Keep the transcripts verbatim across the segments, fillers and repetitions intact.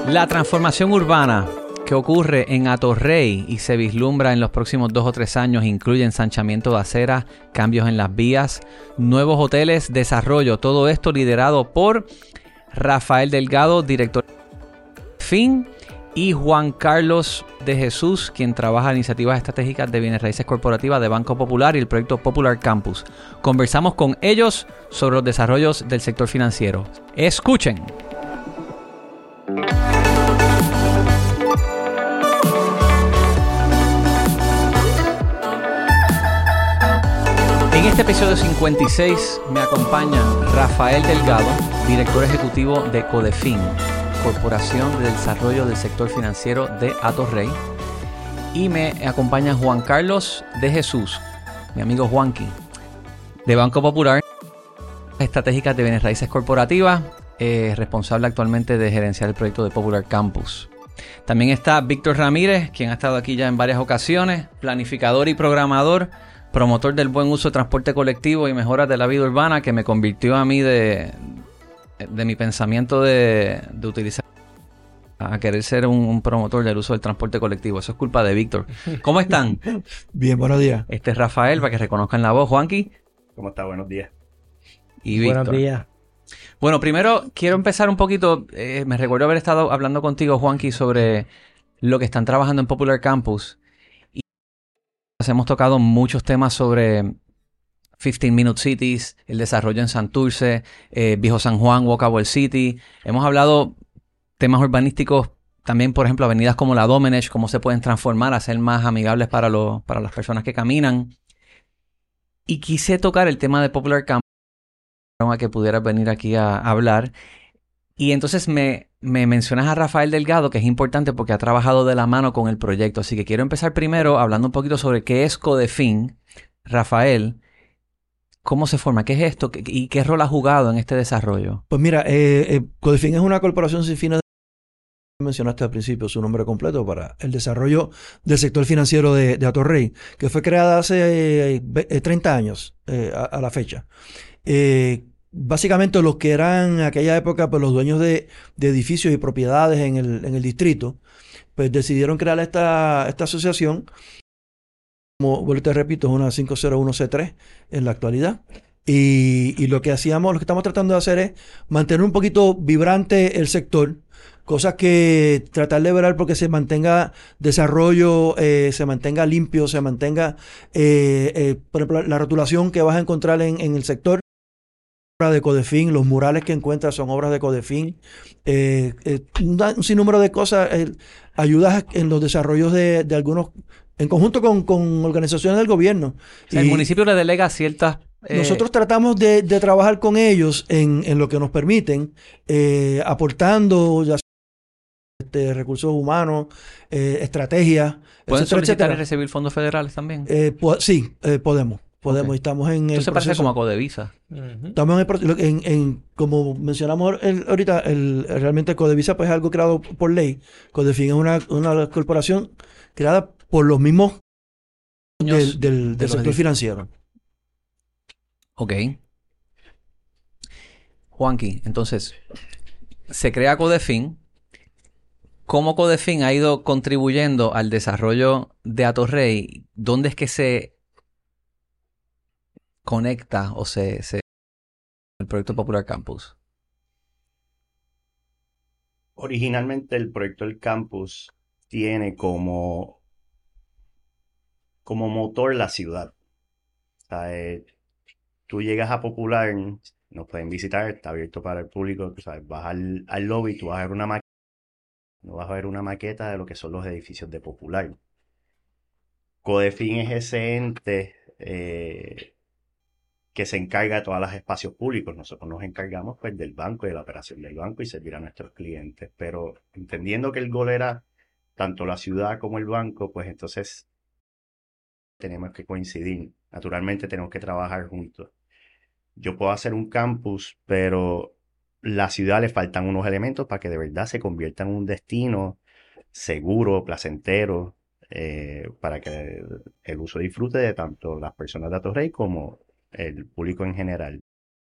La transformación urbana que ocurre en Atorrey y se vislumbra en los próximos dos o tres años incluye ensanchamiento de aceras, cambios en las vías, nuevos hoteles, desarrollo. Todo esto liderado por Rafael Delgado, director de Fin, y Juan Carlos de Jesús, quien trabaja en iniciativas estratégicas de bienes raíces corporativas de Banco Popular y el proyecto Popular Campus. Conversamos con ellos sobre los desarrollos del sector financiero. Escuchen. En este episodio cincuenta y seis me acompaña Rafael Delgado, director ejecutivo de Codefin, Corporación de Desarrollo del Sector Financiero de Atorrey, y me acompaña Juan Carlos de Jesús, mi amigo Juanqui, de Banco Popular, estratégicas de bienes raíces corporativas, eh, responsable actualmente de gerenciar el proyecto de Popular Campus. También está Víctor Ramírez, quien ha estado aquí ya en varias ocasiones, planificador y programador, promotor del buen uso de transporte colectivo y mejoras de la vida urbana, que me convirtió a mí de, de mi pensamiento de, de utilizar a querer ser un, un promotor del uso del transporte colectivo. Eso es culpa de Víctor. ¿Cómo están? Bien, buenos días. Este es Rafael, para que reconozcan la voz. Juanqui. ¿Cómo está? Buenos días. Y Víctor. Buenos días. Bueno, primero quiero empezar un poquito. Eh, me recuerdo haber estado hablando contigo, Juanqui, sobre lo que están trabajando en Popular Campus. Hemos tocado muchos temas sobre quince Minute Cities, el desarrollo en Santurce, eh, Viejo San Juan, Walkable City. Hemos hablado temas urbanísticos también, por ejemplo, avenidas como la Domenech, cómo se pueden transformar a ser más amigables para, los, para las personas que caminan. Y quise tocar el tema de Popular Campus, a que pudieras venir aquí a, a hablar. Y entonces me, me mencionas a Rafael Delgado, que es importante porque ha trabajado de la mano con el proyecto. Así que quiero empezar primero hablando un poquito sobre qué es Codefin. Rafael, ¿cómo se forma? ¿Qué es esto? ¿Y qué rol ha jugado en este desarrollo? Pues mira, eh, eh, Codefin es una corporación sin fines de... mencionaste al principio su nombre completo para el desarrollo del sector financiero de, de Atorrey, que fue creada hace eh, treinta años eh, a, a la fecha. Eh, Básicamente los que eran en aquella época pues, los dueños de, de edificios y propiedades en el, en el distrito, pues decidieron crear esta, esta asociación. Como bueno, te repito, es una cinco cero uno C tres en la actualidad. Y, y lo que hacíamos, lo que estamos tratando de hacer es mantener un poquito vibrante el sector, cosas que tratar de ver porque se mantenga desarrollo, eh, se mantenga limpio, se mantenga, eh, eh, por ejemplo, la rotulación que vas a encontrar en, en el sector de Codefin, los murales que encuentras son obras de Codefin, eh, eh, un, un sinnúmero de cosas, eh, ayudas en los desarrollos de, de algunos, en conjunto con, con organizaciones del gobierno. O sea, el municipio le delega ciertas... Eh, nosotros tratamos de, de trabajar con ellos en, en lo que nos permiten, eh, aportando ya este, recursos humanos, eh, estrategias. ¿Pueden etcétera, solicitar etcétera. y recibir fondos federales también? Eh, po- sí, eh, podemos. Podemos, Okay. Estamos en Esto el se proceso. parece como a Codevisa. Uh-huh. Estamos en, el, en, en como mencionamos el, ahorita, el, realmente Codevisa pues es algo creado por ley. Codefin es una, una corporación creada por los mismos del, del, del sector financiero. Ok. Juanqui, entonces, se crea Codefin. ¿Cómo Codefin ha ido contribuyendo al desarrollo de Atorrey? ¿Dónde es que se conecta o se, se el proyecto Popular Campus? Originalmente el proyecto del campus tiene como, como motor la ciudad. O sea, eh, tú llegas a Popular, nos pueden visitar, está abierto para el público. O sea, vas al, al lobby, tú vas a ver una maqueta, no vas a ver una maqueta de lo que son los edificios de Popular. Codefin es ese ente eh, que se encarga de todos los espacios públicos. Nosotros nos encargamos pues del banco y de la operación del banco y servir a nuestros clientes. Pero entendiendo que el gol era tanto la ciudad como el banco, pues entonces tenemos que coincidir. Naturalmente tenemos que trabajar juntos. Yo puedo hacer un campus, pero la ciudad le faltan unos elementos para que de verdad se convierta en un destino seguro, placentero, eh, para que el uso disfrute de tanto las personas de Atorrey como el público en general.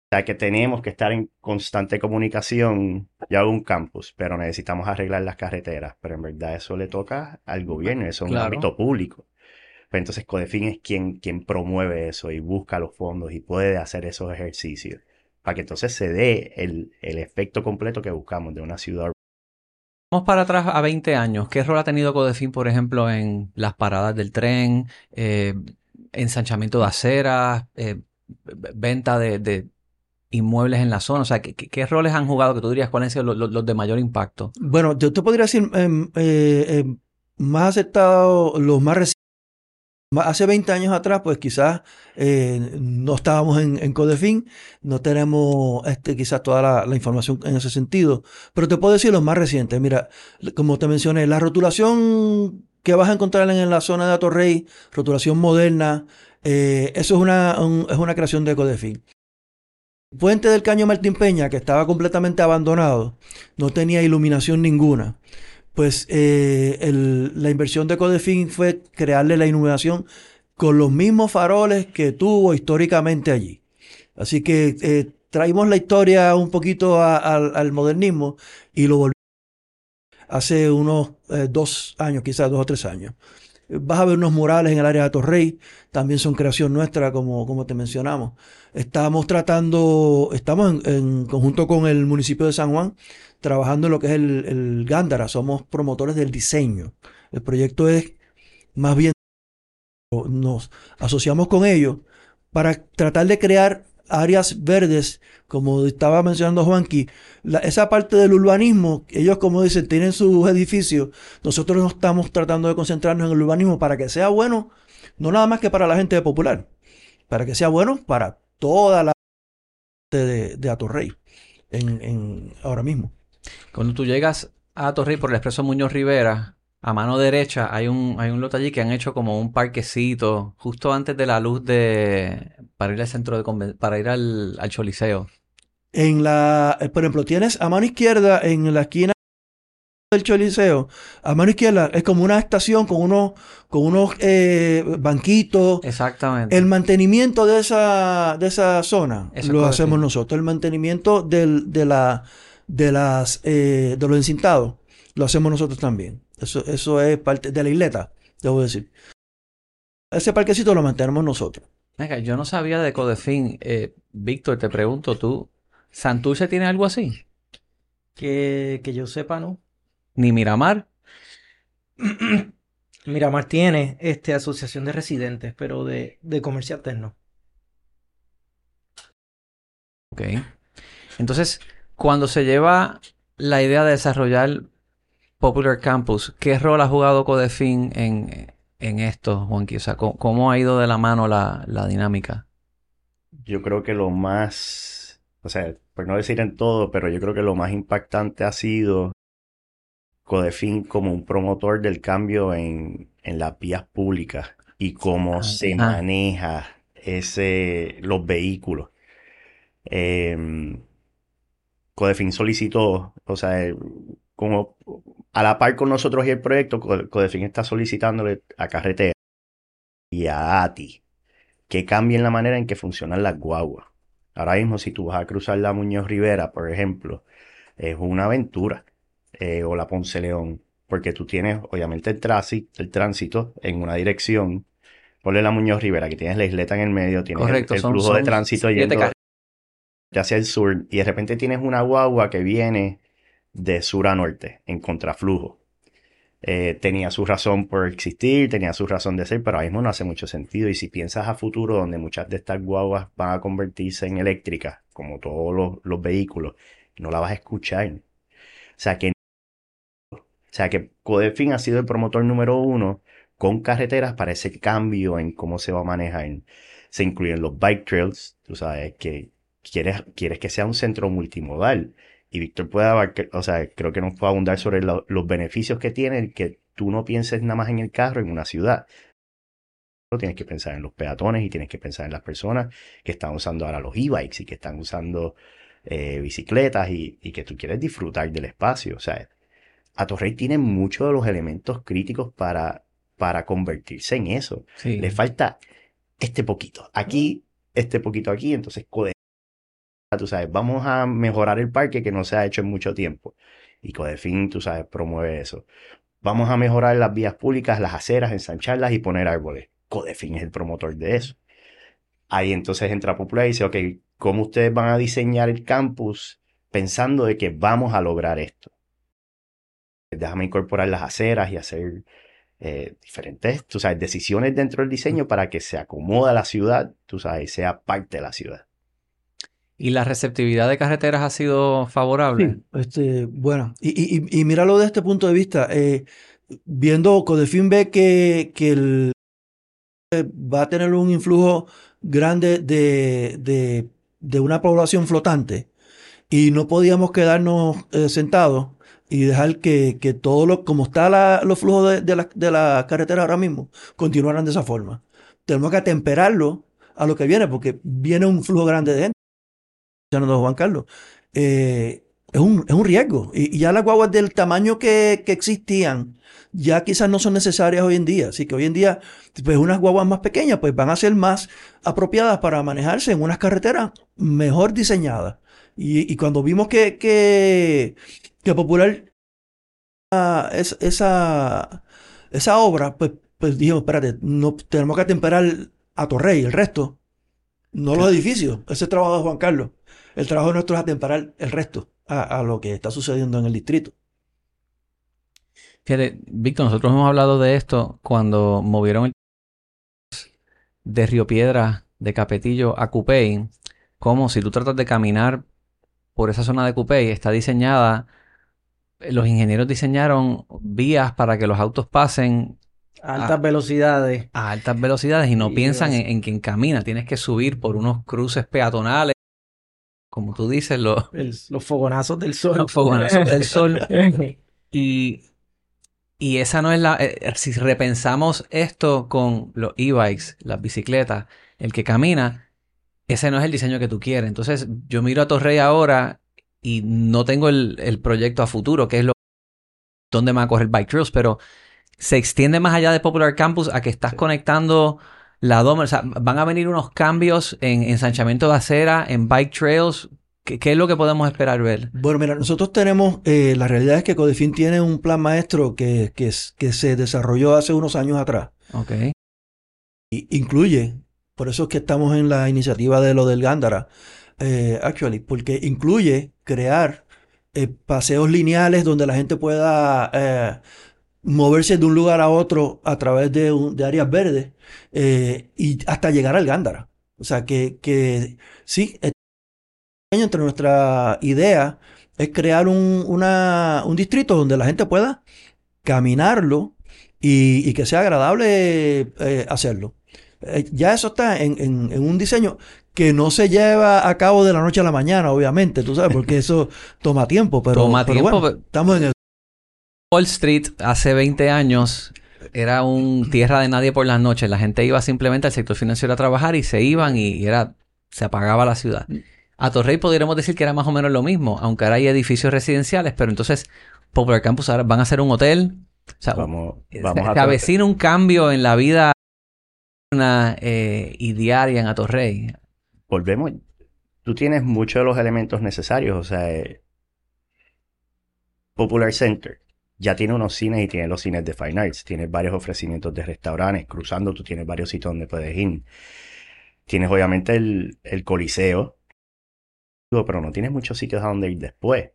sea que tenemos que estar en constante comunicación. Yo hago un campus, pero necesitamos arreglar las carreteras. Pero en verdad eso le toca al gobierno, eso es un Claro. ámbito público. Pero entonces Codefin es quien, quien promueve eso y busca los fondos y puede hacer esos ejercicios para que entonces se dé el, el efecto completo que buscamos de una ciudad. Vamos para atrás a veinte años. ¿Qué rol ha tenido Codefin, por ejemplo, en las paradas del tren, eh, ensanchamiento de aceras, eh, v- venta de, de inmuebles en la zona? O sea, ¿qué, qué- qué roles han jugado que tú dirías cuáles han sido los, los- los de mayor impacto? Bueno, yo te podría decir em, eh, em, más aceptado, los más recientes. Hace veinte años atrás, pues quizás eh, no estábamos en, en Codefin, no tenemos este, quizás toda la, la información en ese sentido, pero te puedo decir los más recientes. Mira, como te mencioné, la rotulación que vas a encontrar en la zona de Atorrey, rotulación moderna, eh, eso es una, un- es una creación de Codefin. Puente del Caño Martín Peña, que estaba completamente abandonado, no tenía iluminación ninguna. Pues eh, el- la inversión de Codefin fue crearle la iluminación con los mismos faroles que tuvo históricamente allí. Así que eh, traímos la historia un poquito a- al, al modernismo y lo volvimos hace unos eh, dos años, quizás dos o tres años. Vas a ver unos murales en el área de Torrey, también son creación nuestra, como, como te mencionamos. Estamos tratando, estamos en, en conjunto con el municipio de San Juan, trabajando en lo que es el, el Gándara, somos promotores del diseño. El proyecto es más bien, nos asociamos con ellos para tratar de crear áreas verdes, como estaba mencionando Juanqui, la, esa parte del urbanismo, ellos como dicen, tienen sus edificios, nosotros no estamos tratando de concentrarnos en el urbanismo para que sea bueno, no nada más que para la gente popular, para que sea bueno para toda la gente de, de Atorrey en, en, ahora mismo. Cuando tú llegas a Torrey por el Expreso Muñoz Rivera, a mano derecha hay un, hay un lote allí que han hecho como un parquecito justo antes de la luz de para ir al centro de conven- para ir al, al Choliseo. En la, eh, por ejemplo, tienes a mano izquierda en la esquina del Choliseo, a mano izquierda es como una estación con unos, con unos eh, banquitos. Exactamente. El mantenimiento de esa, de esa zona Eso es lo hacemos Codefin. nosotros. El mantenimiento del, de, la, de, las, eh, de los encintados lo hacemos nosotros también. Eso, eso es parte de la isleta, debo decir. Ese parquecito lo mantenemos nosotros. Venga, yo no sabía de Codefin. Eh, Víctor, te pregunto tú, ¿Santurce tiene algo así? Que, que yo sepa, ¿no? ¿Ni Miramar? Miramar tiene este, asociación de residentes, pero de, de comerciantes no. Ok. Entonces, cuando se lleva la idea de desarrollar Popular Campus, ¿qué rol ha jugado Codefin en, en esto, Juanqui? O sea, ¿cómo, cómo ha ido de la mano la, la dinámica? Yo creo que lo más, o sea, por no decir en todo, pero yo creo que lo más impactante ha sido Codefin como un promotor del cambio en, en las vías públicas y cómo se Ah, maneja ese, los vehículos. Em, Codefin solicitó, o sea, eh, como a la par con nosotros y el proyecto, Co- Codefin está solicitándole a Carretera y a ATI que cambien la manera en que funcionan las guaguas. Ahora mismo, si tú vas a cruzar la Muñoz Rivera, por ejemplo, es una aventura, eh, o la Ponce León, porque tú tienes, obviamente, el tránsito, el tránsito en una dirección. Ponle la Muñoz Rivera, que tienes la isleta en el medio, tienes el, correcto, el son, flujo de son tránsito siete yendo carriles. hacia el sur, y de repente tienes una guagua que viene de sur a norte, en contraflujo. Eh, tenía su razón por existir, tenía su razón de ser, pero ahora mismo no hace mucho sentido. Y si piensas a futuro, donde muchas de estas guaguas van a convertirse en eléctricas, como todos los, los vehículos, no la vas a escuchar. O sea que, o sea que Codefin ha sido el promotor número uno con carreteras para ese cambio en cómo se va a manejar. Se incluyen los bike trails, tú sabes, que quieres, quieres que sea un centro multimodal. Y Víctor puede abarcar, o sea, creo que nos puede abundar sobre lo- los beneficios que tiene el que tú no pienses nada más en el carro en una ciudad. Tienes que pensar en los peatones y tienes que pensar en las personas que están usando ahora los e-bikes y que están usando eh, bicicletas y, y que tú quieres disfrutar del espacio. O sea, Atorrey tiene muchos de los elementos críticos para, para convertirse en eso. Sí. Le falta este poquito aquí, este poquito aquí, entonces tú sabes, vamos a mejorar el parque que no se ha hecho en mucho tiempo. Y Codefin, tú sabes, promueve eso. Vamos a mejorar las vías públicas, las aceras, ensancharlas y poner árboles. Codefin es el promotor de eso. Ahí entonces entra Popular y dice, ok, ¿cómo ustedes van a diseñar el campus pensando de que vamos a lograr esto? Déjame incorporar las aceras y hacer eh, diferentes, tú sabes, decisiones dentro del diseño para que se acomode a la ciudad, tú sabes, y sea parte de la ciudad. ¿Y la receptividad de carreteras ha sido favorable? Sí, este, bueno, y, y, y míralo desde este punto de vista, eh, viendo, Codefin ve que, que el, va a tener un influjo grande de, de, de una población flotante y no podíamos quedarnos eh, sentados y dejar que, que todo lo, como está la, los flujos de, de, la, de la carretera ahora mismo, continuaran de esa forma. Tenemos que atemperarlo a lo que viene, porque viene un flujo grande de gente. Ya no, Juan Carlos. Eh, es un, es un riesgo. Y, y ya las guaguas del tamaño que, que existían, ya quizás no son necesarias hoy en día. Así que hoy en día, pues unas guaguas más pequeñas, pues van a ser más apropiadas para manejarse en unas carreteras mejor diseñadas. Y, y cuando vimos que, que, que Popular ah, es, esa, esa obra, pues, pues dijimos, espérate, no, tenemos que atemperar a Torrey, el resto, no los edificios. Ese es el trabajo de Juan Carlos. El trabajo nuestro es atemperar el resto a, a lo que está sucediendo en el distrito. Fíjate, Víctor, nosotros hemos hablado de esto cuando movieron el de Río Piedra, de Capetillo a Cupey, como si tú tratas de caminar por esa zona de Cupey, está diseñada, los ingenieros diseñaron vías para que los autos pasen A altas velocidades. a altas velocidades y no Y piensan vas- en, en quien camina. Tienes que subir por unos cruces peatonales, como tú dices, los, el- los fogonazos del sol. los fogonazos del sol. Y, y esa no es la... eh, si repensamos esto con los e-bikes, las bicicletas, el que camina, ese no es el diseño que tú quieres. Entonces, yo miro a Torrey ahora y no tengo el, el proyecto a futuro, que es lo donde me va a correr Bike Trails, pero se extiende más allá de Popular Campus a que estás conectando la Doma. O sea, van a venir unos cambios en ensanchamiento de acera, en Bike Trails. ¿Qué, qué es lo que podemos esperar ver? Bueno, mira, nosotros tenemos, eh, la realidad es que Codefin tiene un plan maestro que, que, es- que se desarrolló hace unos años atrás. Ok. Y incluye, por eso es que estamos en la iniciativa de lo del Gándara, eh, actually, porque incluye crear eh, paseos lineales donde la gente pueda eh, moverse de un lugar a otro a través de, un- de áreas verdes eh, y hasta llegar al Gándara. O sea, que, que sí, eh, entre nuestra idea es crear un, una- un distrito donde la gente pueda caminarlo y, y que sea agradable eh, hacerlo. Eh, ya eso está en, en- en un diseño que no se lleva a cabo de la noche a la mañana, obviamente, tú sabes, porque eso toma tiempo, pero, Toma pero tiempo, bueno, pe- estamos en el... Wall Street hace veinte años era un tierra de nadie por las noches. La gente iba simplemente al sector financiero a trabajar y se iban y, y era, se apagaba la ciudad. A Torrey podríamos decir que era más o menos lo mismo, aunque ahora hay edificios residenciales, pero entonces Popular Campus ahora van a ser un hotel. O sea, Vamos, se, vamos a se avecina un cambio en la vida eh, y diaria en Atorrey. volvemos. Tú tienes muchos de los elementos necesarios, o sea, eh, Popular Center ya tiene unos cines y tiene los cines de Fine Arts, tienes varios ofrecimientos de restaurantes, cruzando tú tienes varios sitios donde puedes ir. Tienes obviamente el, el Coliseo, pero no tienes muchos sitios a donde ir después.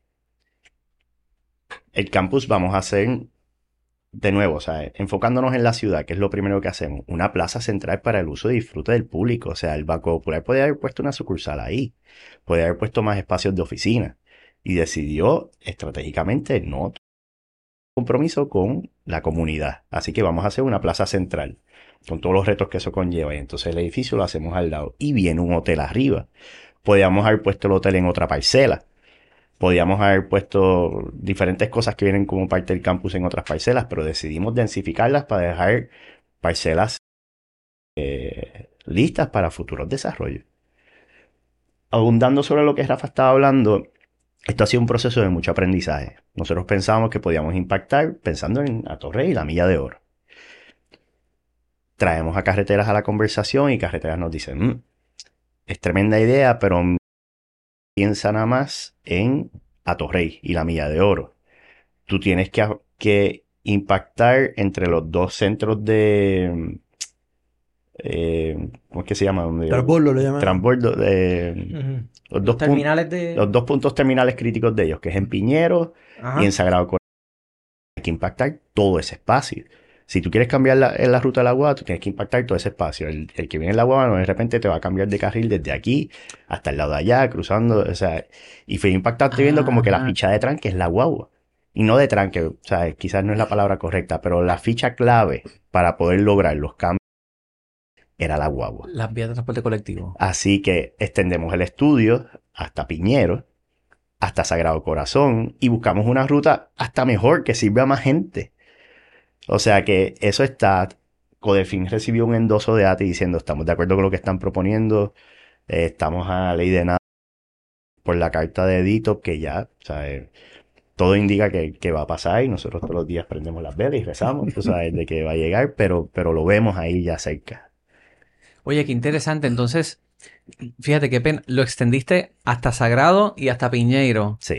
El campus vamos a hacer de nuevo, o sea, enfocándonos en la ciudad, que es lo primero que hacemos, una plaza central para el uso y disfrute del público. O sea, el Banco Popular podía haber puesto una sucursal ahí, podía haber puesto más espacios de oficina y decidió estratégicamente no tener compromiso con la comunidad. Así que vamos a hacer una plaza central con todos los retos que eso conlleva. Y entonces el edificio lo hacemos al lado y viene un hotel arriba. Podíamos haber puesto el hotel en otra parcela. Podíamos haber puesto diferentes cosas que vienen como parte del campus en otras parcelas, pero decidimos densificarlas para dejar parcelas eh, listas para futuros desarrollos. Abundando sobre lo que Rafa estaba hablando, esto ha sido un proceso de mucho aprendizaje. Nosotros pensábamos que podíamos impactar pensando en Atorrey y la Milla de Oro. Traemos a Carreteras a la conversación y Carreteras nos dicen, mmm, es tremenda idea, pero piensa nada más en Atorrey y la Milla de Oro. Tú tienes que, que impactar entre los dos centros de... Eh, ¿cómo es que se llama? Donde, Transbordo le llaman. Transbordo de... Ujú. Los, Los dos pun- terminales de... los dos puntos terminales críticos de ellos, que es en Piñero Ajá. y en Sagrado Corazón. Hay que impactar todo ese espacio. Si tú quieres cambiar la, la ruta de la guagua, tú tienes que impactar todo ese espacio. El, el que viene en la guagua, de repente te va a cambiar de carril desde aquí hasta el lado de allá, cruzando, o sea, y fue impactante viendo como que la Ajá. ficha de tranque es la guagua. Y no de tranque, o sea, quizás no es la palabra correcta, pero la ficha clave para poder lograr los cambios era la guagua. Las vías de transporte colectivo. Así que extendemos el estudio hasta Piñero, hasta Sagrado Corazón, y buscamos una ruta hasta mejor, que sirva a más gente. O sea que eso está. Codefin recibió un endoso de A T I diciendo: estamos de acuerdo con lo que están proponiendo, eh, estamos a ley de nada por la carta de Edito, que ya, o sea, eh, todo indica que, que va a pasar, y nosotros todos los días prendemos las velas y rezamos, tú sabes, de que va a llegar, pero, pero lo vemos ahí ya cerca. Oye, qué interesante. Entonces, fíjate qué pena. Lo extendiste hasta Sagrado y hasta Piñeiro. Sí.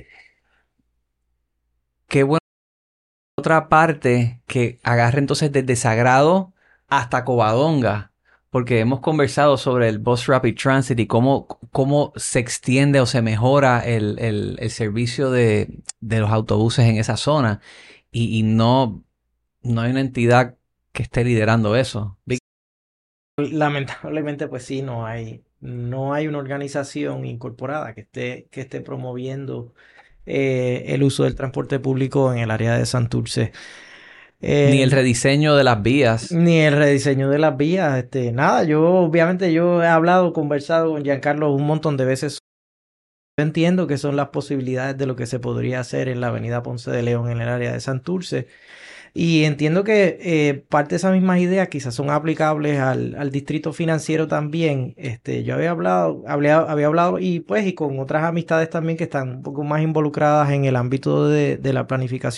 Qué bueno. Otra parte que agarre entonces desde Sagrado hasta Covadonga. Porque hemos conversado sobre el Bus Rapid Transit y cómo, cómo se extiende o se mejora el, el, el servicio de, de los autobuses en esa zona. Y, y no, no hay una entidad que esté liderando eso. Vic- Lamentablemente, pues sí, no hay, no hay una organización incorporada que esté, que esté promoviendo eh, el uso del transporte público en el área de Santurce. Eh, Ni el rediseño de las vías. Ni el rediseño de las vías, este, nada, yo obviamente yo he hablado, conversado con Giancarlo un montón de veces. Yo entiendo que son las posibilidades de lo que se podría hacer en la avenida Ponce de León en el área de Santurce. Y entiendo que eh, parte de esas mismas ideas quizás son aplicables al, al distrito financiero también. Este, yo había hablado, hablé- había hablado y pues y con otras amistades también que están un poco más involucradas en el ámbito de, de la planificación,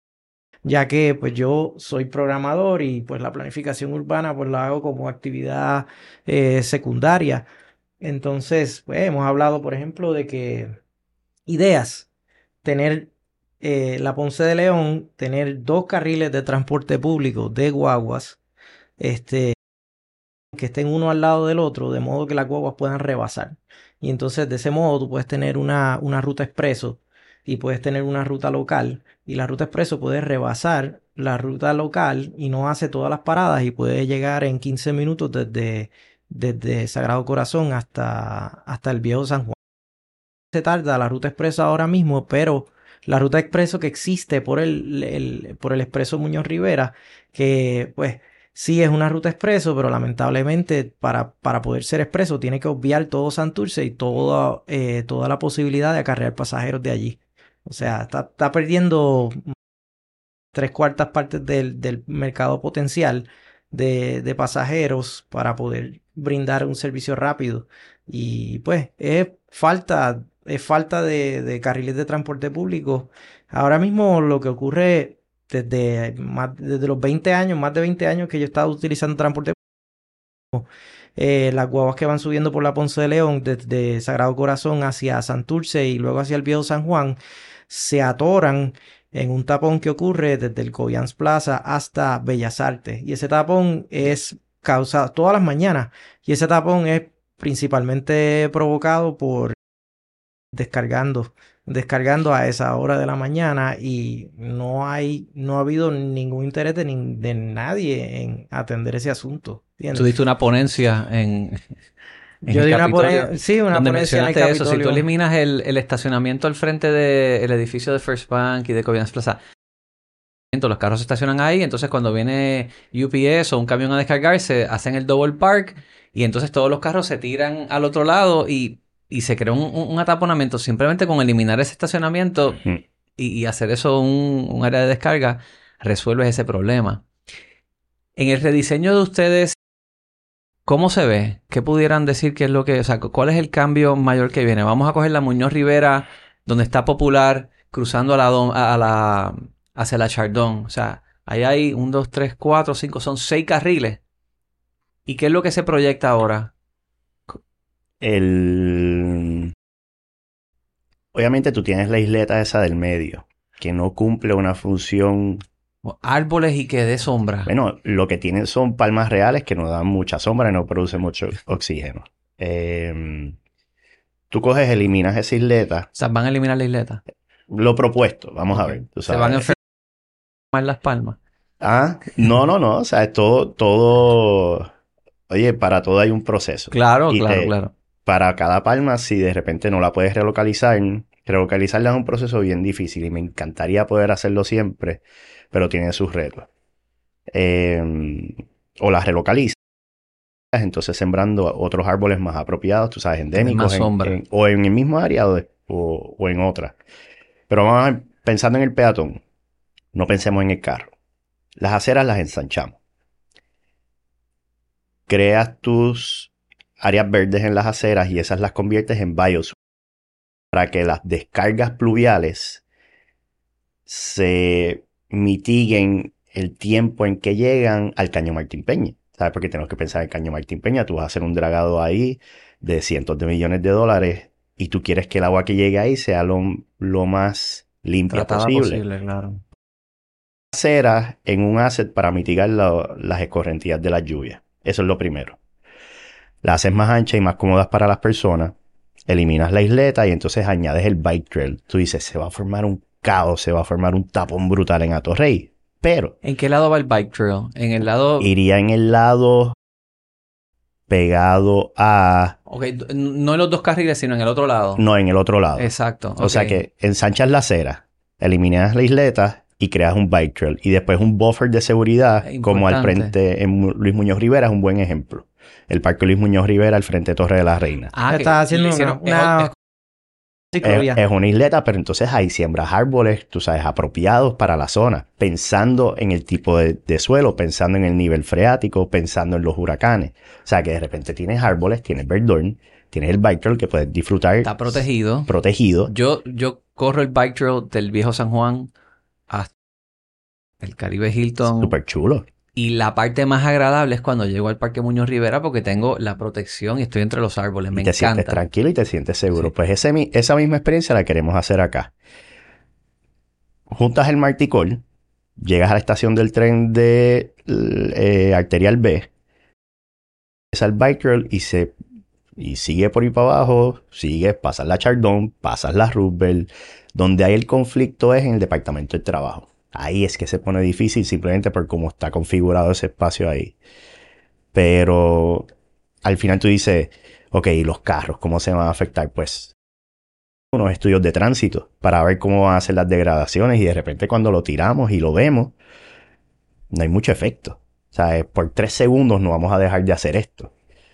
ya que pues yo soy programador y pues la planificación urbana pues la hago como actividad eh, secundaria. Entonces, pues hemos hablado, por ejemplo, de que ideas, tener eh, la Ponce de León, tener dos carriles de transporte público de guaguas, este, que estén uno al lado del otro, de modo que las guaguas puedan rebasar. Y entonces de ese modo tú puedes tener una, una ruta expreso y puedes tener una ruta local. Y la ruta expreso puede rebasar la ruta local y no hace todas las paradas y puede llegar en quince minutos desde, desde Sagrado Corazón hasta, hasta el Viejo San Juan. Se tarda la ruta expreso ahora mismo, pero la ruta expreso que existe por el, el- por el expreso Muñoz Rivera, que pues sí es una ruta expreso, pero lamentablemente para, para poder ser expreso tiene que obviar todo Santurce y toda, eh, toda la posibilidad de acarrear pasajeros de allí. O sea, está, está perdiendo tres cuartas partes del, del mercado potencial de, de pasajeros para poder brindar un servicio rápido. Y pues es falta, es falta de, de carriles de transporte público. Ahora mismo lo que ocurre desde, más, desde los veinte años, más de veinte años que yo he estado utilizando transporte público, eh, las guaguas que van subiendo por la Ponce de León desde Sagrado Corazón hacia Santurce y luego hacia el Viejo San Juan se atoran en un tapón que ocurre desde el Cobians Plaza hasta Bellas Artes. Y ese tapón es causado todas las mañanas. Y ese tapón es principalmente provocado por descargando, descargando a esa hora de la mañana y no hay, no ha habido ningún interés de, ni- de nadie en atender ese asunto. Tú ¿Entiendes? diste una ponencia en, en Yo el di una, Capitolio, pone- sí, una donde ponencia en el mencionaste eso. Si tú Capitolio. eliminas el, el estacionamiento al frente del edificio de First Bank y de Cobians Plaza, los carros se estacionan ahí, entonces cuando viene U P S o un camión a descargarse, hacen el double park y entonces todos los carros se tiran al otro lado y, y se crea un, un- un ataponamiento. Simplemente con eliminar ese estacionamiento Mm. y, y hacer eso un, un área de descarga, resuelves ese problema. En el rediseño de ustedes, ¿cómo se ve? ¿Qué pudieran decir que es lo que, o sea, cuál es el cambio mayor que viene? Vamos a coger la Muñoz Rivera, donde está Popular, cruzando a la, Dom- a la hacia la Chardón. O sea, ahí hay un, dos, tres, cuatro, cinco, son seis carriles. ¿Y qué es lo que se proyecta ahora? El, obviamente tú tienes la isleta esa del medio, que no cumple una función. Árboles y que dé sombra. Bueno, lo que tienen son palmas reales que no dan mucha sombra y no producen mucho oxígeno. Eh, tú coges, eliminas esa isleta. O sea, van a eliminar la isleta. Lo propuesto, vamos Ok. a ver. Tú Se sabes. van a enfermar las palmas. Ah, no, no, no. O sea, es todo, todo. Oye, para todo hay un proceso. Claro, Y claro, te- claro. Para cada palma, si de repente no la puedes relocalizar, relocalizarla es un proceso bien difícil y me encantaría poder hacerlo siempre, pero tiene sus retos. Eh, o las relocalizas, entonces sembrando otros árboles más apropiados, tú sabes, endémicos, más en- sombra. en- o en el mismo área o, de- o- o en otra. Pero vamos a ver, pensando en el peatón, no pensemos en el carro. Las aceras las ensanchamos. Creas tus áreas verdes en las aceras y esas las conviertes en biosphere para que las descargas pluviales se mitiguen el tiempo en que llegan al Caño Martín Peña. ¿Sabes? Porque tenemos que pensar en el Caño Martín Peña. Tú vas a hacer un dragado ahí de cientos de millones de dólares y tú quieres que el agua que llegue ahí sea lo, lo más limpia Tratada posible. posible, claro. Aceras en un asset para mitigar la- las escorrentías de las lluvias. Eso es lo primero. La haces más ancha y más cómodas para las personas. Eliminas la isleta y entonces añades el bike trail. Tú dices, se va a formar un caos, se va a formar un tapón brutal en Atorrey. Pero ¿En qué lado va el bike trail? En el lado... iría en el lado pegado a... Ok, d- no en los dos carriles, sino en el otro lado. No, en el otro lado. Exacto. O sea ok. que ensanchas la acera, eliminas la isleta y creas un bike trail. Y después un buffer de seguridad, Es como al importante. frente en Mu- Luis Muñoz Rivera, es un buen ejemplo. El Parque Luis Muñoz Rivera al frente de Torre de la Reina. Ah, que Estás haciendo le una, hicieron- una es- Es, ciclovía. es una isleta, pero entonces ahí siembras árboles, tú sabes, apropiados para la zona, pensando en el tipo de, de suelo, pensando en el nivel freático, pensando en los huracanes. O sea que de repente tienes árboles, tienes verdón, tienes el bike trail que puedes disfrutar está protegido. protegido. Yo, yo corro el bike trail del viejo San Juan hasta el Caribe Hilton. Súper chulo. Y la parte más agradable es cuando llego al Parque Muñoz Rivera porque tengo la protección y estoy entre los árboles. Me Y te sientes encanta. tranquilo y te sientes seguro. Sí. Pues ese, mi- esa misma experiencia la queremos hacer acá. Juntas el Marticol, llegas a la estación del tren de eh, Arterial B, es al bike trail y se y sigue por ahí para abajo, sigue, pasas la Chardón, pasas la Roosevelt. Donde hay el conflicto es en el Departamento del Trabajo. Ahí es que se pone difícil simplemente por cómo está configurado ese espacio ahí. Pero al final tú dices, ok, ¿y los carros cómo se van a afectar? Pues unos estudios de tránsito para ver cómo van a ser las degradaciones y de repente cuando lo tiramos y lo vemos, no hay mucho efecto. O sea, eh, por tres segundos no vamos a dejar de hacer esto.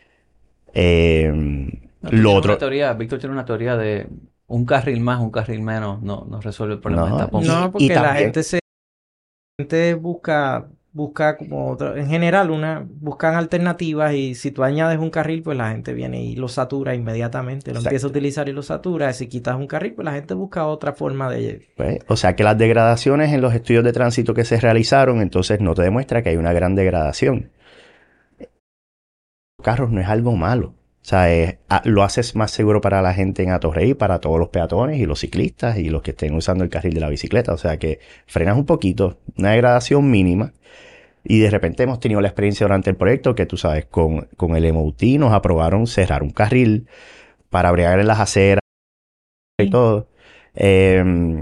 Eh, No, tú lo tienes otro... una teoría, Víctor tiene una teoría de un carril más, un carril menos, no, no resuelve el problema No, del tapón. y- No, porque la también- gente se la gente busca busca como otra, en general una buscan alternativas y si tú añades un carril pues la gente viene y lo satura inmediatamente, lo Exacto. empieza a utilizar y lo satura. Si quitas un carril pues la gente busca otra forma de Pues, o sea que las degradaciones en los estudios de tránsito que se realizaron, entonces no te demuestra que hay una gran degradación. Los carros no es algo malo. O sea, es- a- lo haces más seguro para la gente en Atorrey, para todos los peatones y los ciclistas y los que estén usando el carril de la bicicleta. O sea que frenas un poquito, una degradación mínima. Y de repente hemos tenido la experiencia durante el proyecto que tú sabes, con, con el M O T nos aprobaron cerrar un carril para bregar en las aceras y todo. Eh,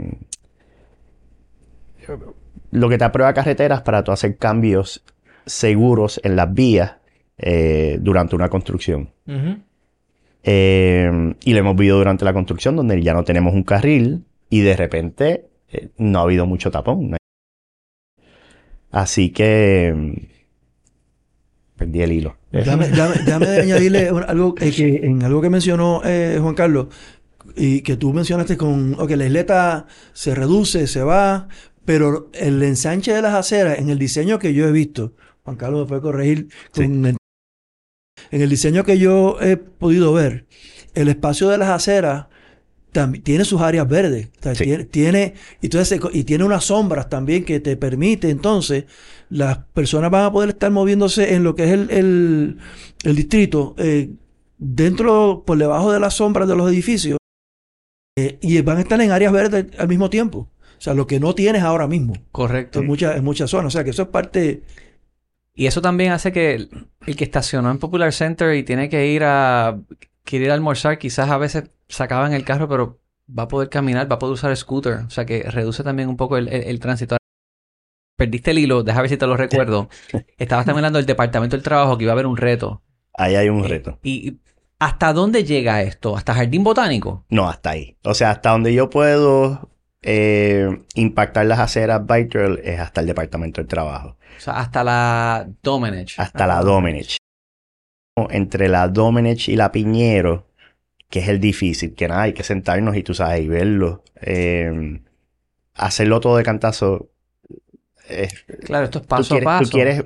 lo que te aprueba carreteras para tú hacer cambios seguros en las vías eh, durante una construcción. Ujú. Eh, y lo hemos visto durante la construcción donde ya no tenemos un carril y de repente eh, no ha habido mucho tapón. ¿no? Así que mm, perdí el hilo. Déjame, déjame- déjame añadirle un- algo eh, que en algo que mencionó eh, Juan Carlos y que tú mencionaste con, ok, la isleta se reduce, se va, pero el ensanche de las aceras en el diseño que yo he visto, Juan Carlos me puede corregir, Sí. con el- en el diseño que yo he podido ver, el espacio de las aceras también tiene sus áreas verdes, o sea, Sí. tiene, tiene, y, entonces se co- y tiene unas sombras también que te permite entonces las personas van a poder estar moviéndose en lo que es el, el, el distrito eh, dentro, por debajo de las sombras de los edificios eh, y van a estar en áreas verdes al mismo tiempo. O sea, lo que no tienes ahora mismo. Correcto. En muchas, en muchas zonas. O sea, que eso es parte... Y eso también hace que el, el que estacionó en Popular Center y tiene que ir a... quiere ir a almorzar, quizás a veces se acaba en el carro, pero va a poder caminar, va a poder usar scooter. O sea, que reduce también un poco el, el, el tránsito. Perdiste el hilo, déjame ver si te lo recuerdo. Estabas también hablando del Departamento del Trabajo, que iba a haber un reto. Ahí hay un Eh, reto. ¿Y hasta dónde llega esto? ¿Hasta Jardín Botánico? No, hasta ahí. O sea, hasta donde yo puedo eh, impactar las aceras bike trail es hasta el Departamento del Trabajo. O sea, hasta la Domenech. Hasta la Domenech. Entre la Domenech y la Piñero, que es el difícil, que nada, hay que sentarnos y tú sabes, y verlo. Eh, hacerlo todo de cantazo. eh, Claro, esto es tú paso quieres, a paso. Tú quieres,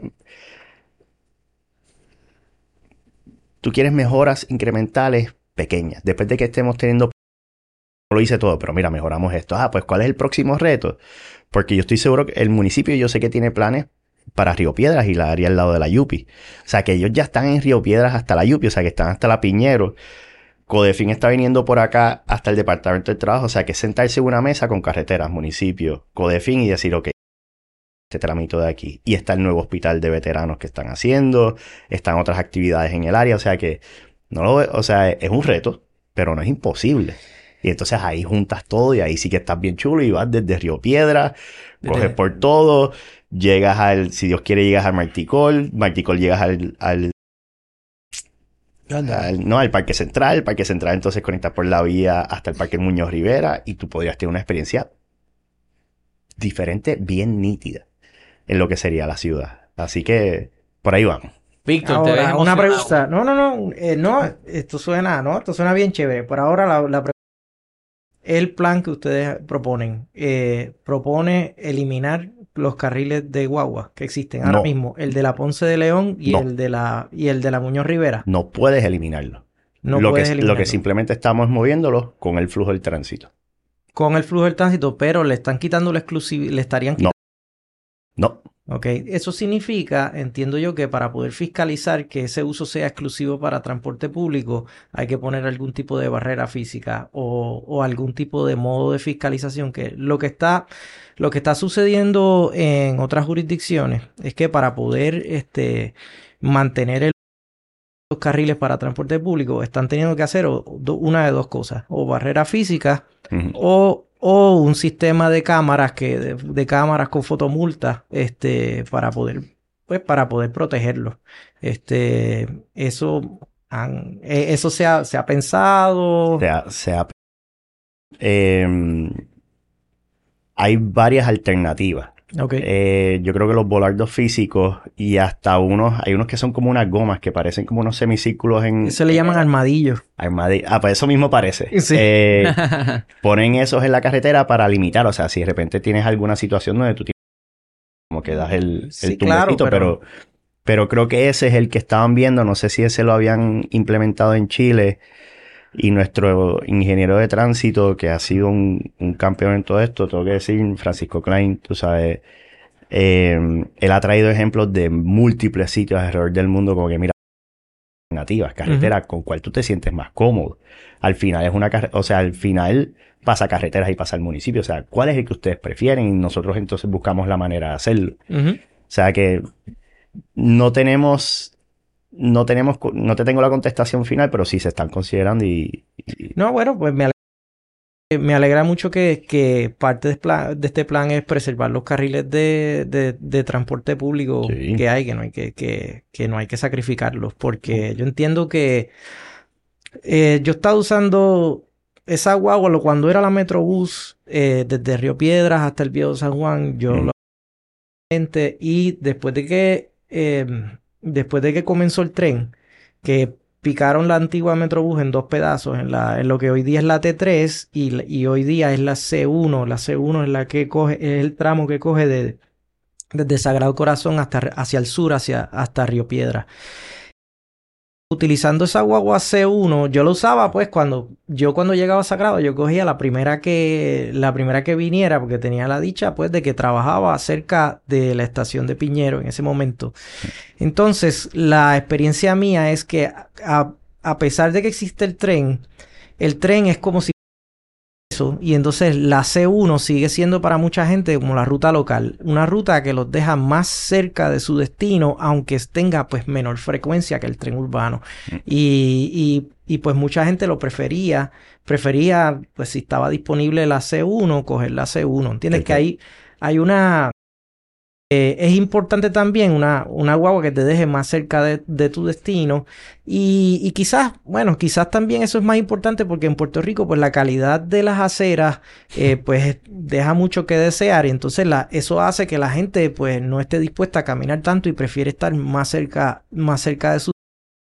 tú quieres mejoras incrementales pequeñas. Después de que estemos teniendo... No lo hice todo, pero mira, mejoramos esto. Ah, pues ¿cuál es el próximo reto? Porque yo estoy seguro que el municipio, yo sé que tiene planes para Río Piedras y la área al lado de la Yupi. O sea, que ellos ya están en Río Piedras hasta la Yupi, o sea, que están hasta la Piñero. Codefin está viniendo por acá hasta el Departamento del Trabajo, o sea, que es sentarse en una mesa con carreteras, municipios, Codefin y decir, ok, este tramito de aquí. Y está el nuevo hospital de veteranos que están haciendo, están otras actividades en el área, o sea que, no lo, o sea, es un reto, pero no es imposible. Y entonces ahí juntas todo y ahí sí que estás bien chulo y vas desde Río Piedra, Desde- coges por todo, llegas al, si Dios quiere, llegas al Marticol, Marticol llegas al, al, Anda. al- no, al Parque Central, el Parque Central entonces conectas por la vía hasta el Parque Muñoz Rivera y tú podrías tener una experiencia diferente, bien nítida en lo que sería la ciudad. Así que por ahí vamos. Víctor, te ves Ahora, una emocionado. pregunta. No, no, no. eh, no, esto suena, no, esto suena bien chévere. Por ahora, la, la pre- el plan que ustedes proponen, eh, propone eliminar los carriles de guagua que existen ahora No. mismo. El de la Ponce de León y No. el de la, y el de la Muñoz Rivera. No puedes eliminarlo. No lo, puedes que, lo eliminarlo. que simplemente estamos moviéndolo con el flujo del tránsito. Con el flujo del tránsito, pero le están quitando la exclusividad, le estarían No. quitando. No. Ok, eso significa, entiendo yo, que para poder fiscalizar que ese uso sea exclusivo para transporte público, hay que poner algún tipo de barrera física o, o algún tipo de modo de fiscalización. Que lo que está, lo que está sucediendo en otras jurisdicciones es que para poder este, mantener el los carriles para transporte público están teniendo que hacer o- do- una de dos cosas, o barrera física Ujú. o, o un sistema de cámaras que de, de cámaras con fotomultas este para poder pues para poder protegerlos. Este eso han- eh, eso se ha, se ha pensado. O sea, sea, eh, hay varias alternativas. Ok. Eh, yo creo que los volardos físicos y hasta unos, hay unos que son como unas gomas que parecen como unos semicírculos en Eso le llaman armadillos. armadi- Ah, pues eso mismo parece. Sí. Eh, ponen esos en la carretera para limitar, o sea, si de repente tienes alguna situación donde tú tienes como que das el, el Sí, claro, tumbecito, pero- pero, pero creo que ese es el que estaban viendo, no sé si ese lo habían implementado en Chile y nuestro ingeniero de tránsito, que ha sido un, un campeón en todo esto, tengo que decir, Francisco Klein, tú sabes, eh, él ha traído ejemplos de múltiples sitios alrededor del mundo, como que mira, alternativas, carreteras con cuál tú te sientes más cómodo. Al final es una carretera, o sea, al final pasa carreteras y pasa el municipio, o sea, ¿cuál es el que ustedes prefieren? Y nosotros entonces buscamos la manera de hacerlo. Ujú. O sea que no tenemos, no tenemos, no te tengo la contestación final, pero sí se están considerando y, y- No, bueno, pues me alegra, me alegra mucho que, que parte de, plan- de este plan es preservar los carriles de, de, de transporte público Sí. que hay, que no hay que, que, que no hay que sacrificarlos, porque yo entiendo que eh, yo estaba usando esa guagua lo- cuando era la Metrobús, eh, desde Río Piedras hasta el Viejo San Juan, yo Mm. lo y después de que eh, después de que comenzó el tren, que picaron la antigua Metrobús en dos pedazos, en la, en lo que hoy día es la T tres y, la- y hoy día es la C uno. La C uno es la que coge, es el tramo que coge de, desde Sagrado Corazón hasta hacia el sur, hacia hasta Río Piedra. Utilizando esa guagua C uno, yo lo usaba pues cuando yo cuando llegaba a Sagrado, yo cogía la primera que la primera que viniera porque tenía la dicha pues de que trabajaba cerca de la estación de Piñero en ese momento. Entonces, la experiencia mía es que a, a pesar de que existe el tren, el tren es como si y entonces la C uno sigue siendo para mucha gente como la ruta local, una ruta que los deja más cerca de su destino, aunque tenga pues menor frecuencia que el tren urbano. Mm. Y, y, y pues mucha gente lo prefería, prefería pues si estaba disponible la C uno, coger la C uno. ¿Entiendes? Okay. Que hay, hay una... Eh, es importante también una, una guagua que te deje más cerca de, de tu destino y, y quizás, bueno, quizás también eso es más importante porque en Puerto Rico pues la calidad de las aceras eh, pues deja mucho que desear y entonces la, eso hace que la gente pues no esté dispuesta a caminar tanto y prefiere estar más cerca, más cerca de su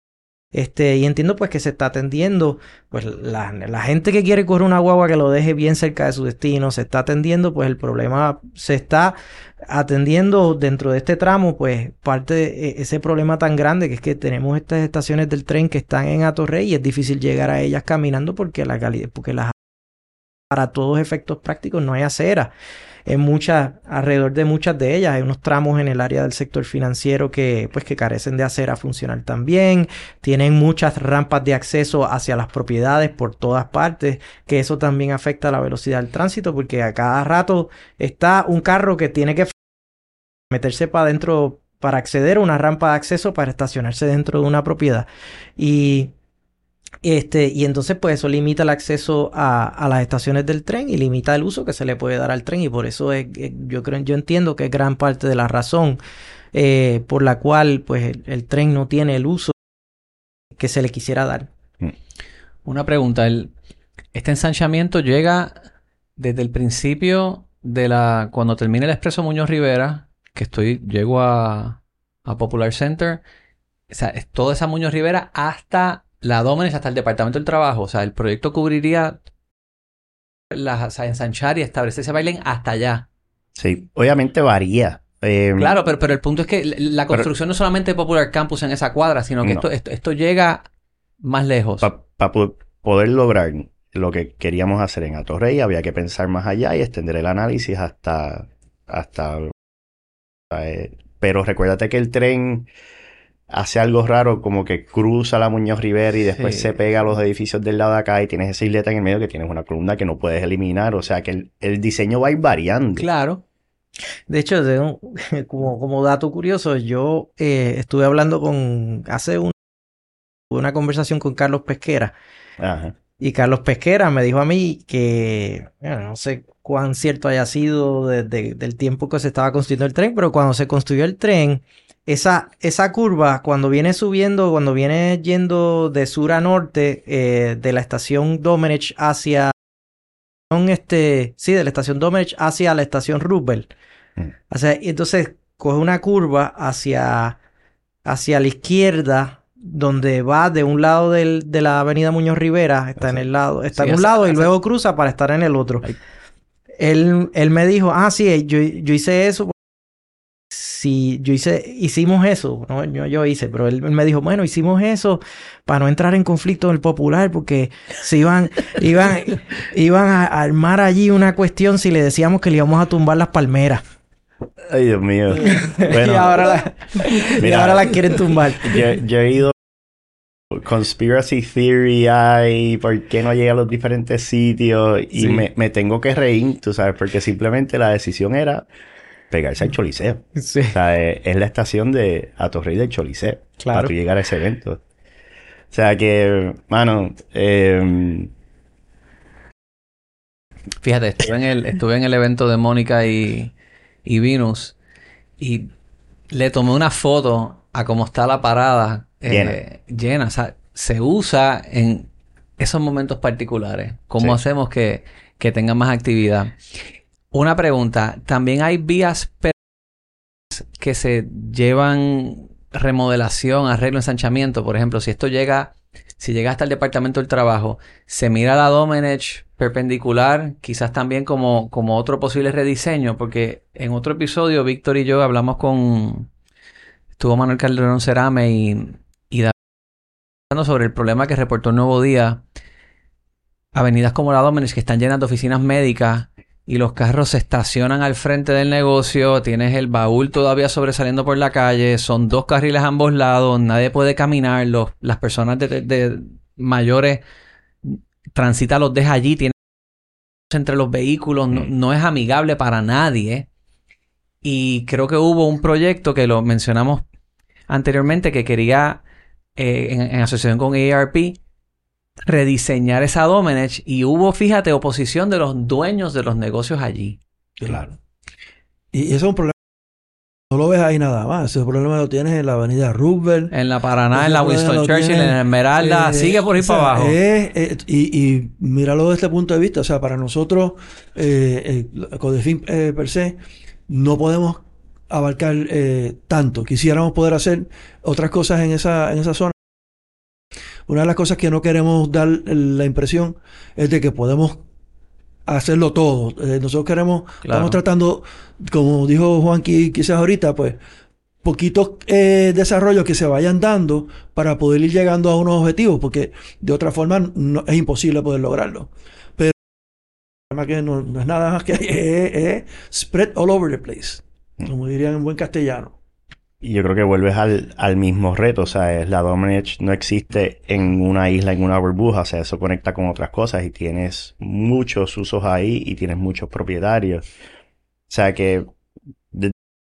Este, y entiendo pues que se está atendiendo, pues la, la gente que quiere correr una guagua que lo deje bien cerca de su destino, se está atendiendo, pues el problema se está atendiendo dentro de este tramo, pues parte de ese problema tan grande que es que tenemos estas estaciones del tren que están en Atorrey y es difícil llegar a ellas caminando porque la calidad, porque las para todos efectos prácticos no hay acera. En muchas, alrededor de muchas de ellas hay unos tramos en el área del sector financiero que, pues, que carecen de acera funcional también. Tienen muchas rampas de acceso hacia las propiedades por todas partes, que eso también afecta la velocidad del tránsito, porque a cada rato está un carro que tiene que meterse para adentro para acceder a una rampa de acceso para estacionarse dentro de una propiedad. Y Este, y entonces pues eso limita el acceso a, a las estaciones del tren y limita el uso que se le puede dar al tren y por eso es, yo creo, yo entiendo que es gran parte de la razón eh, por la cual pues el, el tren no tiene el uso que se le quisiera dar. Una pregunta, el, este ensanchamiento llega desde el principio de la, cuando termine el Expreso Muñoz Rivera, que estoy, llego a, a Popular Center, o sea, es toda esa Muñoz Rivera hasta la Domenech, hasta el Departamento del Trabajo. O sea, el proyecto cubriría las, o sea, ensanchar y establecer ese bailen hasta allá. Sí, obviamente varía. Eh, claro, pero, pero el punto es que la construcción pero, no solamente de Popular Campus en esa cuadra, sino que no. esto, esto, esto llega más lejos. Para pa poder lograr lo que queríamos hacer en Atorrey, había que pensar más allá y extender el análisis hasta... hasta eh, pero recuérdate que el tren hace algo raro, como que cruza la Muñoz Rivera y después sí. se pega a los edificios del lado de acá y tienes esa isleta en el medio que tienes una columna que no puedes eliminar. O sea que el, el diseño va a ir variando. Claro. De hecho, de un, como, como dato curioso, yo eh, estuve hablando con... Hace un, una conversación con Carlos Pesquera. Ajá. Y Carlos Pesquera me dijo a mí que... Bueno, no sé cuán cierto haya sido desde del tiempo que se estaba construyendo el tren, pero cuando se construyó el tren... Esa, esa curva, cuando viene subiendo, cuando viene yendo de sur a norte, eh, de la estación Domenech hacia... Este, sí, de la estación Domenech hacia la estación Roosevelt. Mm. O sea, y entonces coge una curva hacia, hacia la izquierda, donde va de un lado del, de la avenida Muñoz Rivera, está en el lado, está sí, en un hace, lado hace... y luego cruza para estar en el otro. Él, él me dijo, ah, sí, yo, yo hice eso. Si yo hice, hicimos eso, no yo, yo hice, pero él me dijo, bueno, hicimos eso para no entrar en conflicto en el Popular, porque se iban, iban, iban a armar allí una cuestión si le decíamos que le íbamos a tumbar las palmeras. Ay, Dios mío. Bueno, y ahora la, mira, y ahora la quieren tumbar. Yo, yo he ido conspiracy theory hay, por qué no llega a los diferentes sitios y sí. me, me tengo que reír, tú sabes, porque simplemente la decisión era pegarse al Choliseo. Sí. O sea, es, es la estación de Atorrey del Choliseo. Claro. Para tú llegar a ese evento. O sea que, mano, eh... fíjate, estuve en el, estuve en el evento de Mónica y, y Venus y le tomé una foto a cómo está la parada llena. Eh, llena. O sea, se usa en esos momentos particulares. ¿Cómo sí. hacemos que, que tenga más actividad? Una pregunta, ¿también hay vías que se llevan remodelación, arreglo, ensanchamiento? Por ejemplo, si esto llega, si llega hasta el Departamento del Trabajo, se mira la Domenech perpendicular, quizás también como, como otro posible rediseño, porque en otro episodio Víctor y yo hablamos con, estuvo Manuel Calderón Cerame y, y David hablando sobre el problema que reportó el Nuevo Día, avenidas como la Domenech que están llenas de oficinas médicas y los carros se estacionan al frente del negocio, tienes el baúl todavía sobresaliendo por la calle, son dos carriles a ambos lados, nadie puede caminar, los, las personas de, de, de mayores transitan, los deja allí, tienen entre los vehículos no, no es amigable para nadie. Y creo que hubo un proyecto que lo mencionamos anteriormente que quería, eh, en, en asociación con A R P, rediseñar esa Domenech y hubo, fíjate, oposición de los dueños de los negocios allí. Claro. Y eso es un problema. No lo ves ahí nada más. Ese problema lo tienes en la avenida Roosevelt. En la Paraná, Ese en la problema Winston lo Churchill, tienes, en la Esmeralda, eh, sigue por ahí o sea, para abajo. es- es- y, y míralo desde este punto de vista. O sea, para nosotros, eh, eh, Codefin eh, per se, no podemos abarcar eh, tanto. Quisiéramos poder hacer otras cosas en esa, en esa zona. Una de las cosas que no queremos dar la impresión es de que podemos hacerlo todo. Eh, nosotros queremos, Claro. estamos tratando, como dijo Juanqui quizás ahorita, pues, poquitos eh, desarrollos que se vayan dando para poder ir llegando a unos objetivos, porque de otra forma no, es imposible poder lograrlo. Pero el problema que no, no es nada más que es, es spread all over the place, como dirían en buen castellano. Y yo creo que vuelves al, al mismo reto, o sea, es la Domenech no existe en una isla, en una burbuja, o sea, eso conecta con otras cosas y tienes muchos usos ahí y tienes muchos propietarios. O sea que de-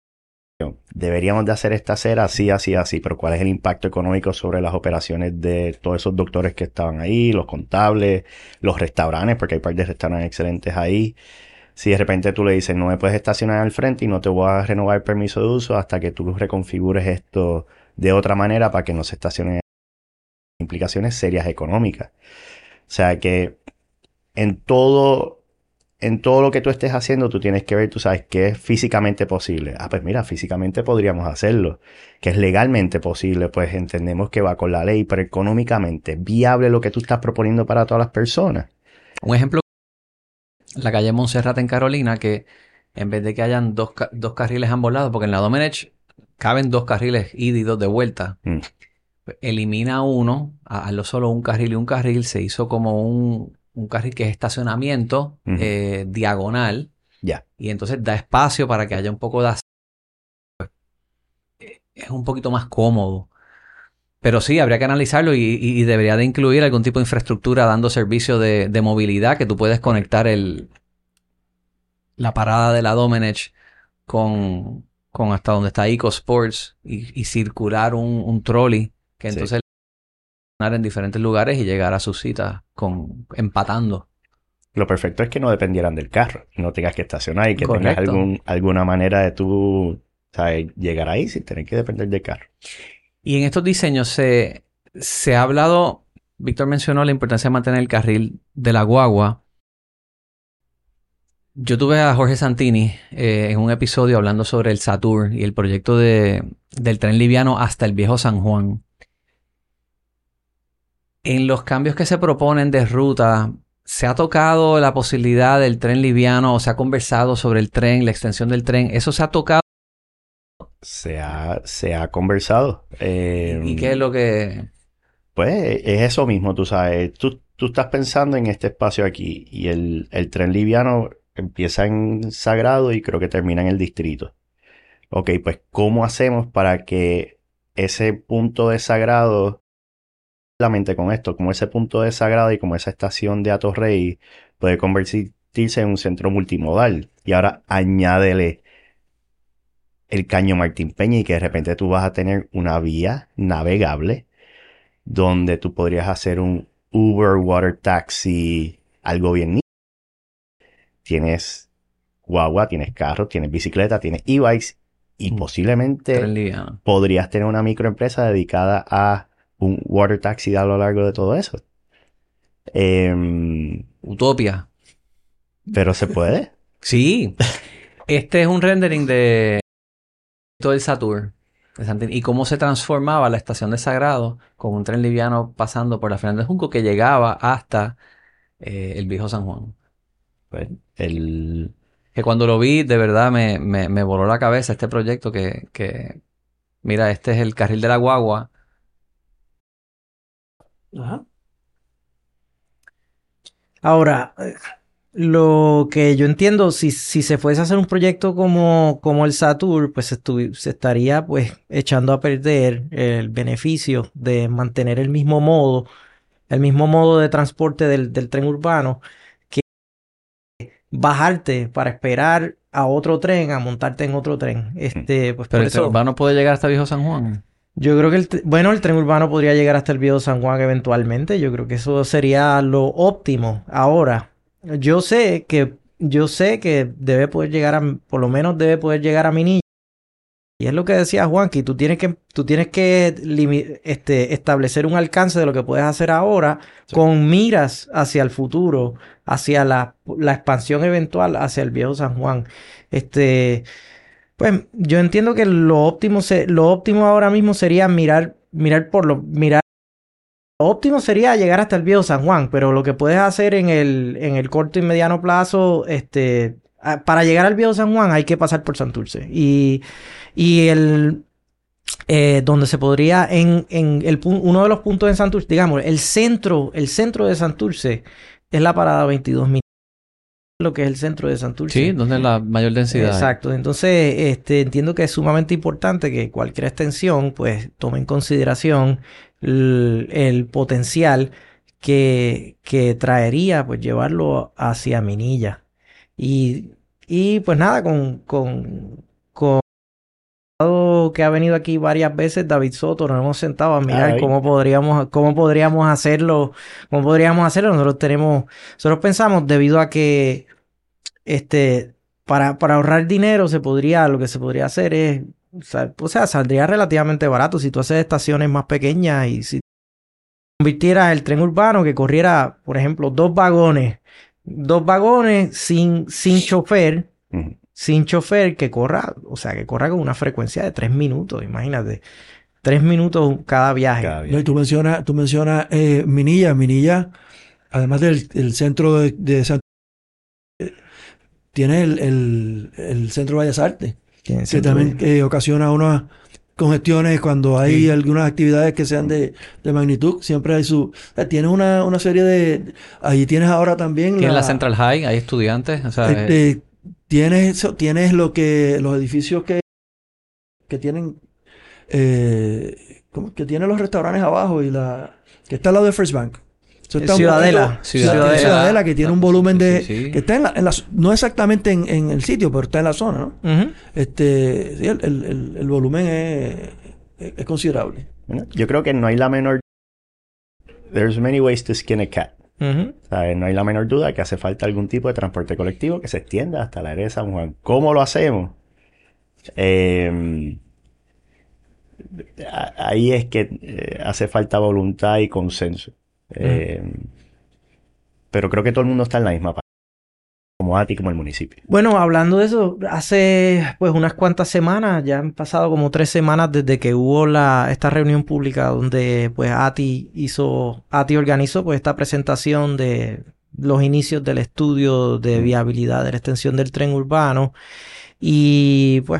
deberíamos de hacer esta acera así, así, así, pero ¿cuál es el impacto económico sobre las operaciones de todos esos doctores que estaban ahí, los contables, los restaurantes, porque hay par de restaurantes excelentes ahí? Si de repente tú le dices, no me puedes estacionar al frente y no te voy a renovar el permiso de uso hasta que tú reconfigures esto de otra manera para que no se estacione, implicaciones serias económicas. O sea que en todo, en todo lo que tú estés haciendo, tú tienes que ver, tú sabes, qué es físicamente posible. Ah, pues mira, físicamente podríamos hacerlo. Que es legalmente posible, pues entendemos que va con la ley, pero económicamente, ¿viable lo que tú estás proponiendo para todas las personas? Un ejemplo, la calle Montserrat en Carolina, que en vez de que hayan dos, ca- dos carriles a ambos lados, porque en la Domenech caben dos carriles ida y dos de vuelta, Mm. elimina uno, a- hazlo solo un carril y un carril, se hizo como un, un carril que es estacionamiento Ujú. eh, diagonal, Ya. y entonces da espacio para que haya un poco de... ac- Es un poquito más cómodo. Pero sí, habría que analizarlo y, y- y debería de incluir algún tipo de infraestructura dando servicio de, de movilidad que tú puedes conectar el, la parada de la Domenech con, con hasta donde está EcoSports y, y circular un, un trolley que Sí. entonces en diferentes lugares y llegar a sus citas con, empatando. Lo perfecto es que no dependieran del carro, no tengas que estacionar y que tengas Correcto. algún, alguna manera de tú, ¿sabes?, llegar ahí sin tener que depender del carro. Y en estos diseños se, se ha hablado, Víctor mencionó la importancia de mantener el carril de la guagua. Yo tuve a Jorge Santini eh, en un episodio hablando sobre el Satur y el proyecto de, del tren liviano hasta el viejo San Juan. En los cambios que se proponen de ruta, ¿se ha tocado la posibilidad del tren liviano o se ha conversado sobre el tren, la extensión del tren? ¿Eso se ha tocado? Se ha, se ha conversado. eh, ¿Y qué es lo que...? Pues es eso mismo, tú sabes. Tú, tú estás pensando en este espacio aquí y el, el tren liviano empieza en Sagrado y creo que termina en el Distrito. Ok, pues ¿cómo hacemos para que ese punto de Sagrado, la mente con esto, como ese punto de Sagrado y como esa estación de Atorrey puede convertirse en un centro multimodal? Y ahora añádele el Caño Martín Peña y que de repente tú vas a tener una vía navegable donde tú podrías hacer un Uber Water Taxi, algo bien nítido. Tienes guagua, tienes carro, tienes bicicleta, tienes e-bikes y Mm. posiblemente Tren liviano. podrías tener una microempresa dedicada a un water taxi a lo largo de todo eso. Em, Utopia. pero se puede. Sí. Este es un rendering de todo el Satur. de Santini, y cómo se transformaba la estación de Sagrado con un tren liviano pasando por la Fernández Junco que llegaba hasta eh, el viejo San Juan. Pues, el, Que cuando lo vi, de verdad me, me, me voló la cabeza este proyecto que, que, mira, este es el carril de la guagua. Ajá. Ahora, eh, lo que yo entiendo, si, si se fuese a hacer un proyecto como, como el Satur, pues estu- se estaría pues echando a perder el beneficio de mantener el mismo modo, el mismo modo de transporte del, del tren urbano bajarte para esperar a otro tren, a montarte en otro tren. Este, pues Pero por el tren eso, urbano puede llegar hasta Viejo San Juan. yo creo que el, bueno, el tren urbano podría llegar hasta el Viejo San Juan eventualmente. Yo creo que eso sería lo óptimo. Ahora, yo sé que, yo sé que debe poder llegar a, por lo menos debe poder llegar a Minilla. Y es lo que decía Juanqui, tú tienes que, tú tienes que limi- este, establecer un alcance de lo que puedes hacer ahora Sí. con miras hacia el futuro, hacia la, la expansión eventual hacia el Viejo San Juan. Este, pues yo entiendo que lo óptimo, se, lo óptimo ahora mismo sería mirar, mirar por lo, mirar. Lo óptimo sería llegar hasta el Viejo San Juan, pero lo que puedes hacer en el, en el corto y mediano plazo, este, a- para llegar al Viejo San Juan hay que pasar por Santurce. Y, y el, eh, donde se podría, en, en el, pu- uno de los puntos en Santurce, digamos, el centro, el centro de Santurce es la parada veintidós mil, lo que es el centro de Santurce. Sí, donde la mayor densidad. Exacto, entonces este, entiendo que es sumamente importante que cualquier extensión pues tome en consideración el, el potencial que, que traería pues llevarlo hacia Minilla. Y, y pues nada, con, con, con que ha venido aquí varias veces, David Soto, nos hemos sentado a mirar David. cómo podríamos, cómo podríamos hacerlo, cómo podríamos hacerlo. Nosotros tenemos, nosotros pensamos debido a que este, para, para ahorrar dinero se podría, lo que se podría hacer es, o sea, o sea, saldría relativamente barato si tú haces estaciones más pequeñas y si convirtieras el tren urbano que corriera, por ejemplo, dos vagones, dos vagones sin, sin chofer, Ujú. sin chofer que corra, o sea, que corra con una frecuencia de tres minutos, imagínate, tres minutos cada viaje. Cada No, y viaje. tú mencionas, tú mencionas eh, Minilla, Minilla, además del el centro de, de San- tiene el, el, el Centro de Bellas Artes, Tiene que centro también de- eh, ocasiona unas congestiones cuando hay Sí. algunas actividades que sean de, de magnitud. Siempre hay su... eh, tienes una, una serie de... Ahí tienes ahora también Tiene la... la Central High, hay estudiantes. O sea, eh, este, tienes, eso- tienes lo que... Los edificios que, que tienen... eh, ¿cómo? Que tienen los restaurantes abajo y la... Que está al lado de First Bank. Eso está un Ciudadela. poquito- Ciudadela. Ciudadela, Ciudadela, que tiene un volumen de... Sí, sí. Que está en la, en la- no exactamente en, en el sitio, pero está en la zona, ¿no? Ujú. Este, sí, el, el- el- el volumen es, es- es considerable. Bueno, yo creo que no hay la menor... There's many ways to skin a cat. Ujú. ¿Sabes? No hay la menor duda que hace falta algún tipo de transporte colectivo que se extienda hasta la área de San Juan. ¿Cómo lo hacemos? Eh, a- ahí es que eh, hace falta voluntad y consenso. Eh, Pero creo que todo el mundo está en la misma página, como A T I como el municipio. Bueno, hablando de eso, hace pues unas cuantas semanas, ya han pasado como tres semanas desde que hubo la esta reunión pública donde pues A T I hizo, A T I organizó pues esta presentación de los inicios del estudio de viabilidad de la extensión del tren urbano y pues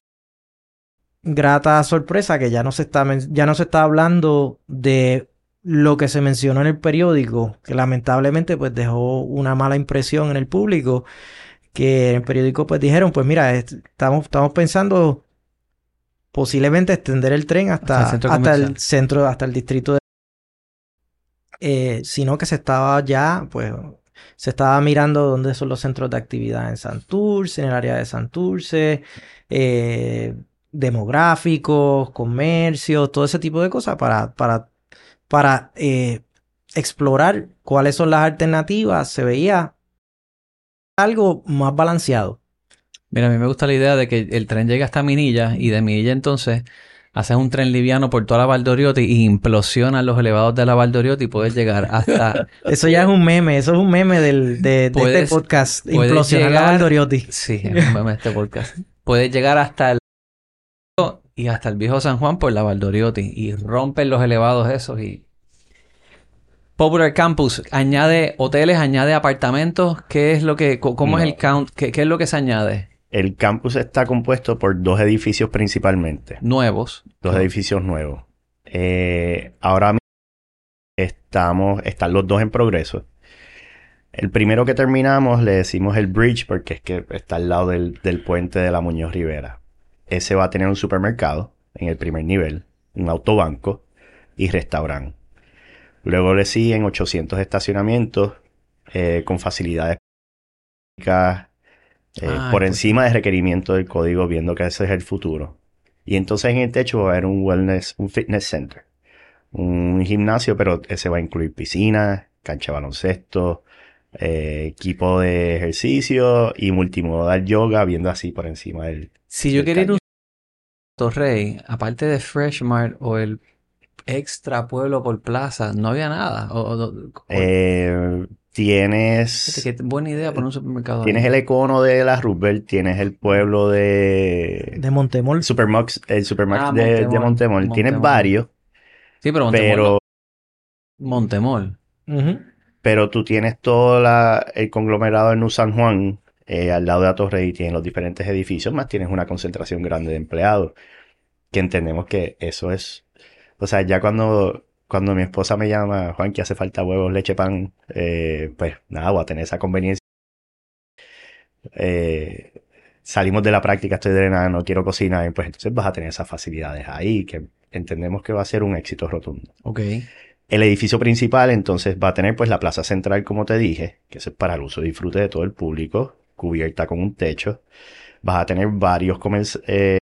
grata sorpresa que ya no se está men- ya no se está hablando de lo que se mencionó en el periódico, que lamentablemente pues dejó una mala impresión en el público, que en el periódico pues dijeron, pues mira, est- estamos, estamos pensando posiblemente extender el tren hasta, Hasta el centro hasta el comercial. centro, hasta el distrito de... Eh, sino que se estaba ya, pues, se estaba mirando dónde son los centros de actividad en Santurce, en el área de Santurce, eh, demográficos, comercios, todo ese tipo de cosas para, para, para eh, explorar cuáles son las alternativas. Se veía algo más balanceado. Mira, a mí me gusta la idea de que el tren llegue hasta Minilla y de Minilla entonces haces un tren liviano por toda la Valdoriotti y implosionan los elevados de la Valdoriotti y puedes llegar hasta... Eso ya es un meme, eso es un meme del, de, de Puedes- este podcast. puedes Implosionar la llegar- Valdoriotti. Sí, es un meme de este podcast. Puedes llegar hasta el... y hasta el Viejo San Juan por la Valdoriotti y rompen los elevados esos y... Popular Campus añade hoteles, añade apartamentos. ¿Qué es lo que... co- ¿Cómo es No. el count? ¿Qué, qué es lo que se añade? El campus está compuesto por dos edificios principalmente. Nuevos. Dos edificios nuevos. Eh, ahora mismo estamos, están los dos en progreso. El primero que terminamos le decimos el Bridge porque es que está al lado del, del puente de la Muñoz Rivera. Ese va a tener un supermercado en el primer nivel, un autobanco y restaurante. Luego le siguen ochocientos estacionamientos eh, con facilidades eh, Ah, por pues encima del requerimiento del código, viendo que ese es el futuro. Y entonces en el techo va a haber un wellness, un fitness center, un gimnasio, pero ese va a incluir piscina, cancha de baloncesto, eh, equipo de ejercicio y multimodal yoga, viendo así por encima del, Si yo del quería ir a un cañón. Torrey, aparte de Freshmart o el extra pueblo por plaza, no había nada. O, o- o- Eh, fíjate tienes, qué buena idea poner un supermercado tienes ahí. el icono de la Roosevelt, tienes el pueblo de De Montemol. Supermax, el Supermax Ah, de, de Montemol. Montemol. Tienes Montemol. varios, Sí, pero Montemol no. pero, Montemol. Ujú. pero tú tienes todo la, el conglomerado en New San Juan, eh, al lado de Atorrey, tienes los diferentes edificios, más tienes una concentración grande de empleados, que entendemos que eso es, o sea, ya cuando, cuando mi esposa me llama, Juan, que hace falta huevos, leche, pan, eh, pues nada, voy a tener esa conveniencia. Eh, salimos de la práctica, estoy drenada, no quiero cocinar, pues entonces vas a tener esas facilidades ahí, que entendemos que va a ser un éxito rotundo. Ok. El edificio principal entonces va a tener pues la plaza central, como te dije, que eso es para el uso y disfrute de todo el público, cubierta con un techo. Vas a tener varios comercios, eh,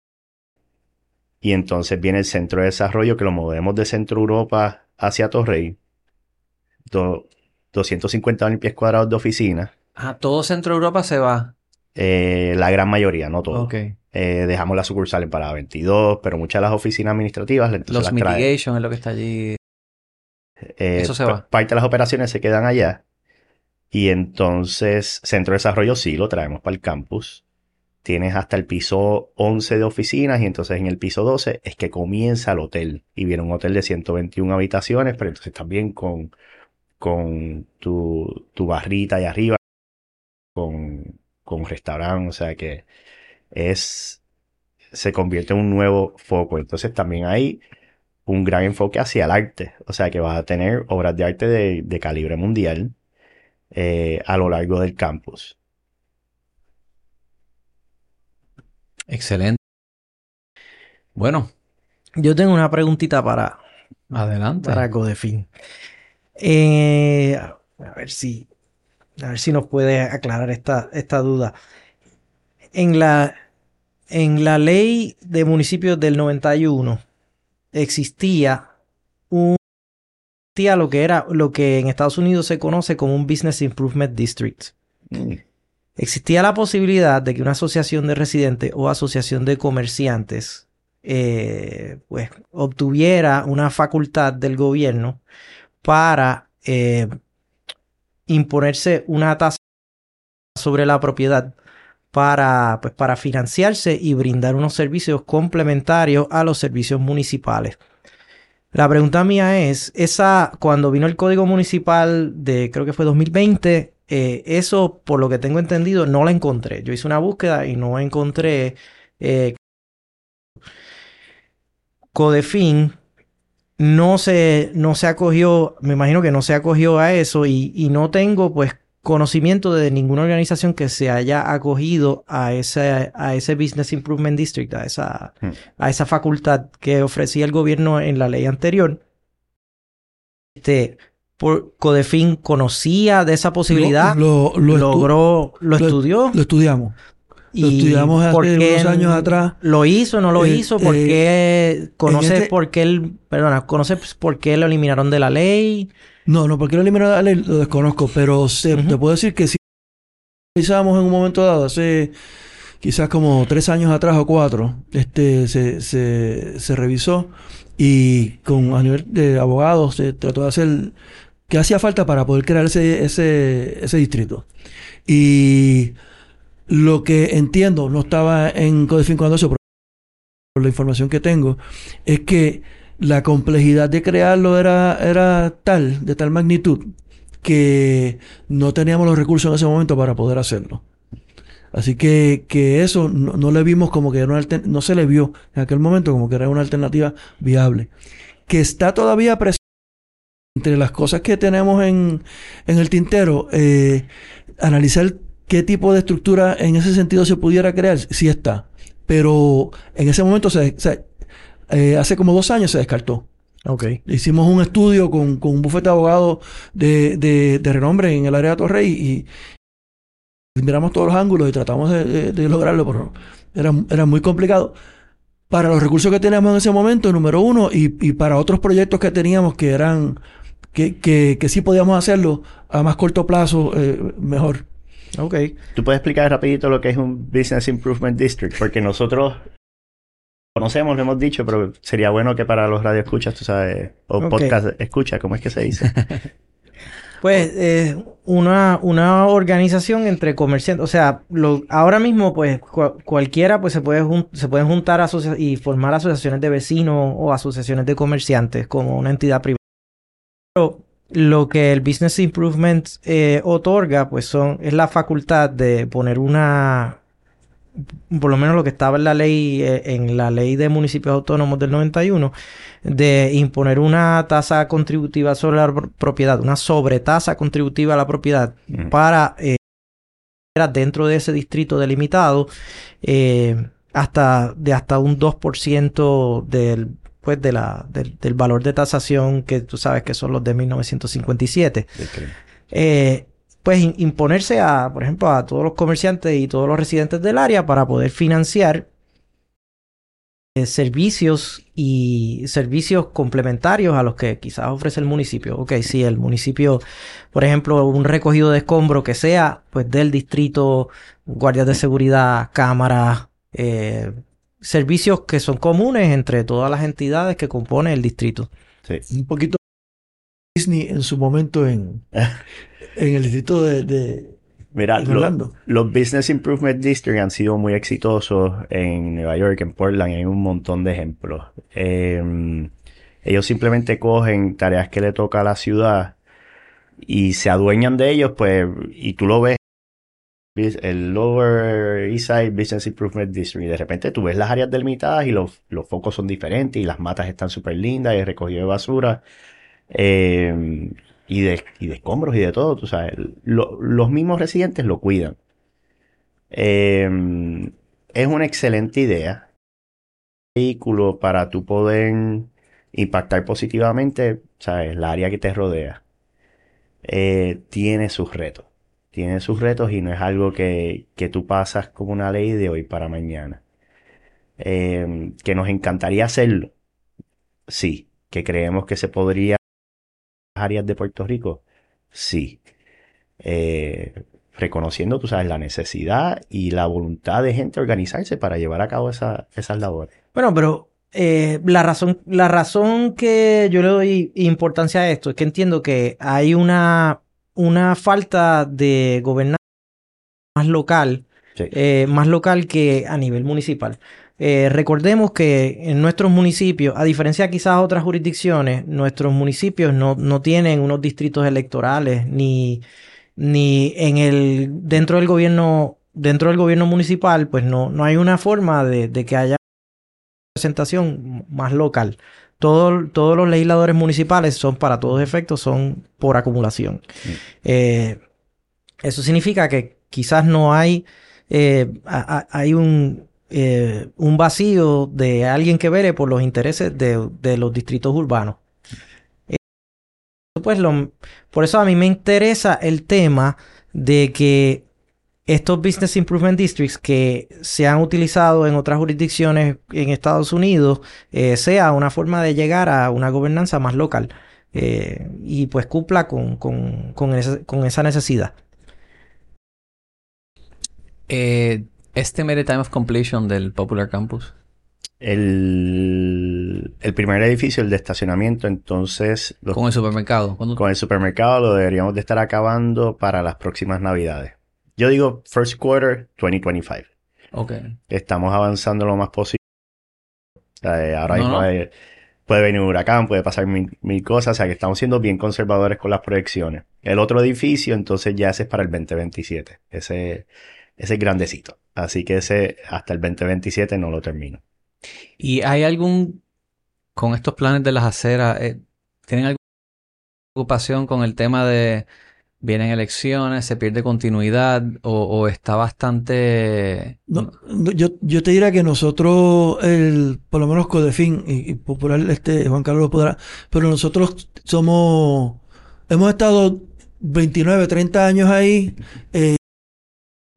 y entonces viene el centro de desarrollo, que lo movemos de Centro Europa hacia Torrey, do- doscientos cincuenta mil pies cuadrados de oficinas, Ah, todo Centro Europa se va. eh, la gran mayoría, no todo. Ok. Eh, dejamos la sucursal en Parada veintidós, pero muchas de las oficinas administrativas entonces Los las trae. mitigation es lo que está allí. Eh, Eso se pa- va. Parte de las operaciones se quedan allá. Y entonces, Centro de Desarrollo sí lo traemos para el campus. Tienes hasta el piso once de oficinas y entonces en el piso doce es que comienza el hotel. Y viene un hotel de ciento veintiuna habitaciones, pero entonces también con, con tu, tu barrita allá arriba, con, con restaurante, o sea que es, se convierte en un nuevo foco. Entonces también hay un gran enfoque hacia el arte, o sea que vas a tener obras de arte de, de calibre mundial, eh, a lo largo del campus. Excelente. Bueno, Yo tengo una preguntita para, adelante. para Codefin. Eh, a ver si, a ver si nos puede aclarar esta, esta duda. En la, en la ley de municipios del noventa y uno existía un existía lo que era lo que en Estados Unidos se conoce como un Business Improvement District. Mm. Existía la posibilidad de que una asociación de residentes o asociación de comerciantes eh, pues, obtuviera una facultad del gobierno para eh, imponerse una tasa sobre la propiedad para, pues, para financiarse y brindar unos servicios complementarios a los servicios municipales. La pregunta mía es, esa, cuando vino el Código Municipal de, creo que fue dos mil veinte, eh, eso, por lo que tengo entendido, no la encontré. Yo hice una búsqueda y no encontré eh, Codefin. No se, no se acogió, me imagino que no se acogió a eso y, y no tengo pues conocimiento de ninguna organización que se haya acogido a ese, a ese Business Improvement District, a esa, Hmm. a esa facultad que ofrecía el gobierno en la ley anterior. Este, por, Codefin conocía de esa posibilidad, Lo, lo, lo estu- logró, lo, lo- estudió. Lo estudiamos. Lo y estudiamos hace por qué unos años atrás. ¿Lo hizo no lo Eh, hizo? ¿Por eh, qué? ¿Conoce este- por qué él, perdona, conoce por qué lo eliminaron de la ley? No, no, porque lo eliminaron de la ley lo desconozco, pero se- Ujú. te puedo decir que si realizamos en un momento dado, hace quizás como tres años atrás o cuatro, este, se, se, se revisó y con a nivel de abogados se trató de hacer que hacía falta para poder crear ese, ese, ese distrito. Y lo que entiendo, no estaba en Codefin cuando eso, pero por la información que tengo, es que la complejidad de crearlo era, era tal, de tal magnitud, que no teníamos los recursos en ese momento para poder hacerlo. Así que, que eso no, no le vimos como que era una alter- no se le vio en aquel momento como que era una alternativa viable. Que está todavía presente entre las cosas que tenemos en, en el tintero, eh, analizar qué tipo de estructura en ese sentido se pudiera crear, sí está. Pero en ese momento, se, se- eh, hace como dos años se descartó. Ok. Hicimos un estudio con, con un bufete de abogados de, de, de renombre en el área de Torrey y, miramos todos los ángulos y tratamos de, de, de lograrlo, pero era, era muy complicado. Para los recursos que teníamos en ese momento, número uno, y, y para otros proyectos que teníamos que eran, que, que, que sí podíamos hacerlo a más corto plazo, eh, mejor. Ok. ¿Tú puedes explicar rapidito lo que es un Business Improvement District? Porque nosotros conocemos, lo hemos dicho, pero sería bueno que para los radioescuchas, tú sabes, o Okay. podcast escucha, ¿cómo es que se dice? Pues eh, una, una organización entre comerciantes, o sea, lo, ahora mismo pues cu- cualquiera pues se puede jun- se pueden juntar asocia- y formar asociaciones de vecinos o asociaciones de comerciantes como una entidad privada. Pero lo que el Business Improvement eh, otorga pues son es la facultad de poner una, por lo menos lo que estaba en la ley, eh, en la ley de municipios autónomos del noventa y uno, de imponer una tasa contributiva sobre la pro- propiedad, una sobretasa contributiva a la propiedad Mm. para eh, dentro de ese distrito delimitado eh, hasta de hasta un dos por ciento del pues de la del, del valor de tasación que tú sabes que son los de mil novecientos cincuenta y siete. Del crimen. Eh, pues in- imponerse a, por ejemplo, a todos los comerciantes y todos los residentes del área para poder financiar eh, servicios y servicios complementarios a los que quizás ofrece el municipio. Ok, si el municipio, por ejemplo, un recogido de escombro que sea, pues del distrito, guardias de seguridad, cámaras, eh, servicios que son comunes entre todas las entidades que componen el distrito. Sí. Un poquito Disney en su momento en, en el distrito de, de Mira, en lo- Orlando. los Business Improvement District han sido muy exitosos en Nueva York, en Portland, hay un montón de ejemplos. Eh, ellos simplemente cogen tareas que le toca a la ciudad y se adueñan de ellos, pues, y tú lo ves, bus- el Lower East Side Business Improvement District, y de repente tú ves las áreas delimitadas y los, los focos son diferentes y las matas están súper lindas y el recogido de basura. Eh, y de, y de escombros y de todo, tú sabes. Lo- los mismos residentes lo cuidan. Eh, es una excelente idea. Vehículo para tú poder impactar positivamente, sabes, la área que te rodea. Eh, tiene sus retos. Tiene sus retos y no es algo que, que tú pasas como una ley de hoy para mañana. Eh, que nos encantaría hacerlo. Sí. Que creemos que se podría áreas de Puerto Rico. Sí. Eh, reconociendo, tú sabes, la necesidad y la voluntad de gente organizarse para llevar a cabo esa- esas labores. Bueno, pero eh, la razón, la razón que yo le doy importancia a esto es que entiendo que hay una, una falta de gobernanza más local, Sí. eh, más local que a nivel municipal. Eh, recordemos que en nuestros municipios, a diferencia quizás de otras jurisdicciones, nuestros municipios no, no tienen unos distritos electorales ni, ni en el dentro del gobierno, dentro del gobierno municipal, pues no, no hay una forma de, de que haya representación más local. Todo- todos los legisladores municipales son, para todos efectos, son por acumulación. Mm. Eh, eso significa que quizás no hay, eh, a- a- hay un, eh, un vacío de alguien que vele por los intereses de, de los distritos urbanos. Eh, pues lo- por eso a mí me interesa el tema de que estos Business Improvement Districts que se han utilizado en otras jurisdicciones en Estados Unidos eh, sea una forma de llegar a una gobernanza más local eh, y pues cumpla con, con, con, ese- con esa necesidad. Eh, Estimated time of completion del Popular Campus. El, el primer edificio, el de estacionamiento, entonces los- Con el supermercado. ¿Cuándo- con el supermercado lo deberíamos de estar acabando para las próximas navidades. Yo digo first quarter veinte veinticinco. Ok. Estamos avanzando lo más posible. Eh, ahora No, mismo no. hay- puede venir un huracán, puede pasar mil, mil cosas, o sea que estamos siendo bien conservadores con las proyecciones. El otro edificio, entonces ya ese es para el veinte veintisiete. Ese, ese es grandecito. Así que ese hasta el veinte veintisiete no lo termino. ¿Y hay algún, con estos planes de las aceras, eh, tienen alguna preocupación con el tema de vienen elecciones, se pierde continuidad o, o está bastante... No, no, yo, yo te diría que nosotros, el, por lo menos Codefin y, y Popular, este, Juan Carlos lo podrá, pero nosotros somos, hemos estado veintinueve, treinta años ahí, eh,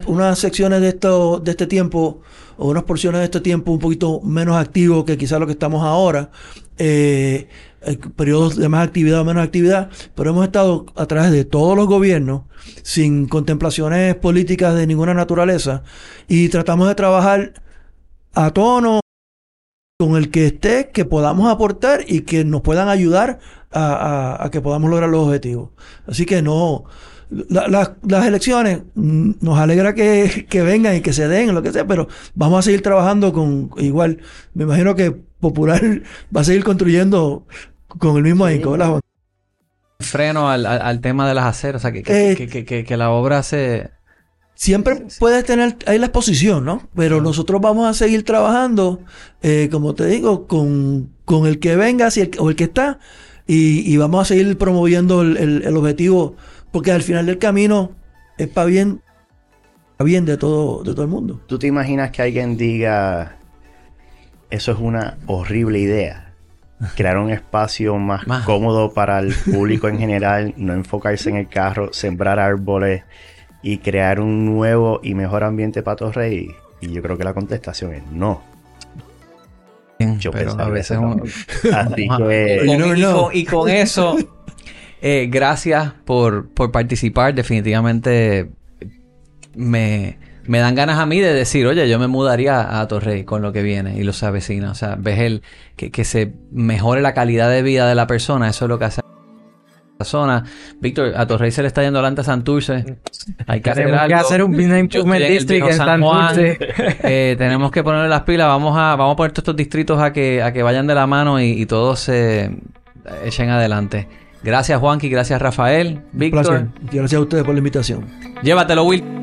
unas secciones de esto, de este tiempo, o unas porciones de este tiempo un poquito menos activo que quizás lo que estamos ahora, eh, periodos de más actividad o menos actividad, pero hemos estado a través de todos los gobiernos, sin contemplaciones políticas de ninguna naturaleza, y tratamos de trabajar a tono con el que esté, que podamos aportar y que nos puedan ayudar a, a, a que podamos lograr los objetivos. Así que no, la, la, las elecciones nos alegra que, que vengan y que se den, lo que sea, pero vamos a seguir trabajando con igual. Me imagino que Popular va a seguir construyendo con el mismo ahínco, ¿verdad? Freno al, al, al tema de las aceras, o sea, que, que, Eh, que, que, que, que la obra se... Siempre puedes tener ahí la exposición, ¿no? Pero nosotros vamos a seguir trabajando, eh, como te digo, con, con el que venga si el, o el que está, y, y vamos a seguir promoviendo el, el, el objetivo, porque al final del camino es para bien, para bien de todo, de todo el mundo. ¿Tú te imaginas que alguien diga, eso es una horrible idea? Crear un espacio más, más cómodo para el público en general, no enfocarse en el carro, sembrar árboles y crear un nuevo y mejor ambiente para Atorrey. Y yo creo que la contestación es no. Yo pero a veces no. un... Así que... y, con, y, con, y con eso, eh, gracias por, por participar. Definitivamente me, me dan ganas a mí de decir, oye, yo me mudaría a Atorrey con lo que viene y los avecinos. O sea, ves el que, que se mejore la calidad de vida de la persona. Eso es lo que hace la zona. Víctor, a Atorrey se le está yendo adelante a Santurce. Hay que hacer, algo. que hacer un Business Improvement District en San Santurce. eh, tenemos que ponerle las pilas. Vamos a, vamos a poner todos estos distritos a que, a que vayan de la mano y, y todos se echen adelante. Gracias, Juanqui. Gracias, Rafael. Víctor. Un placer. Gracias a ustedes por la invitación. Llévatelo, Will.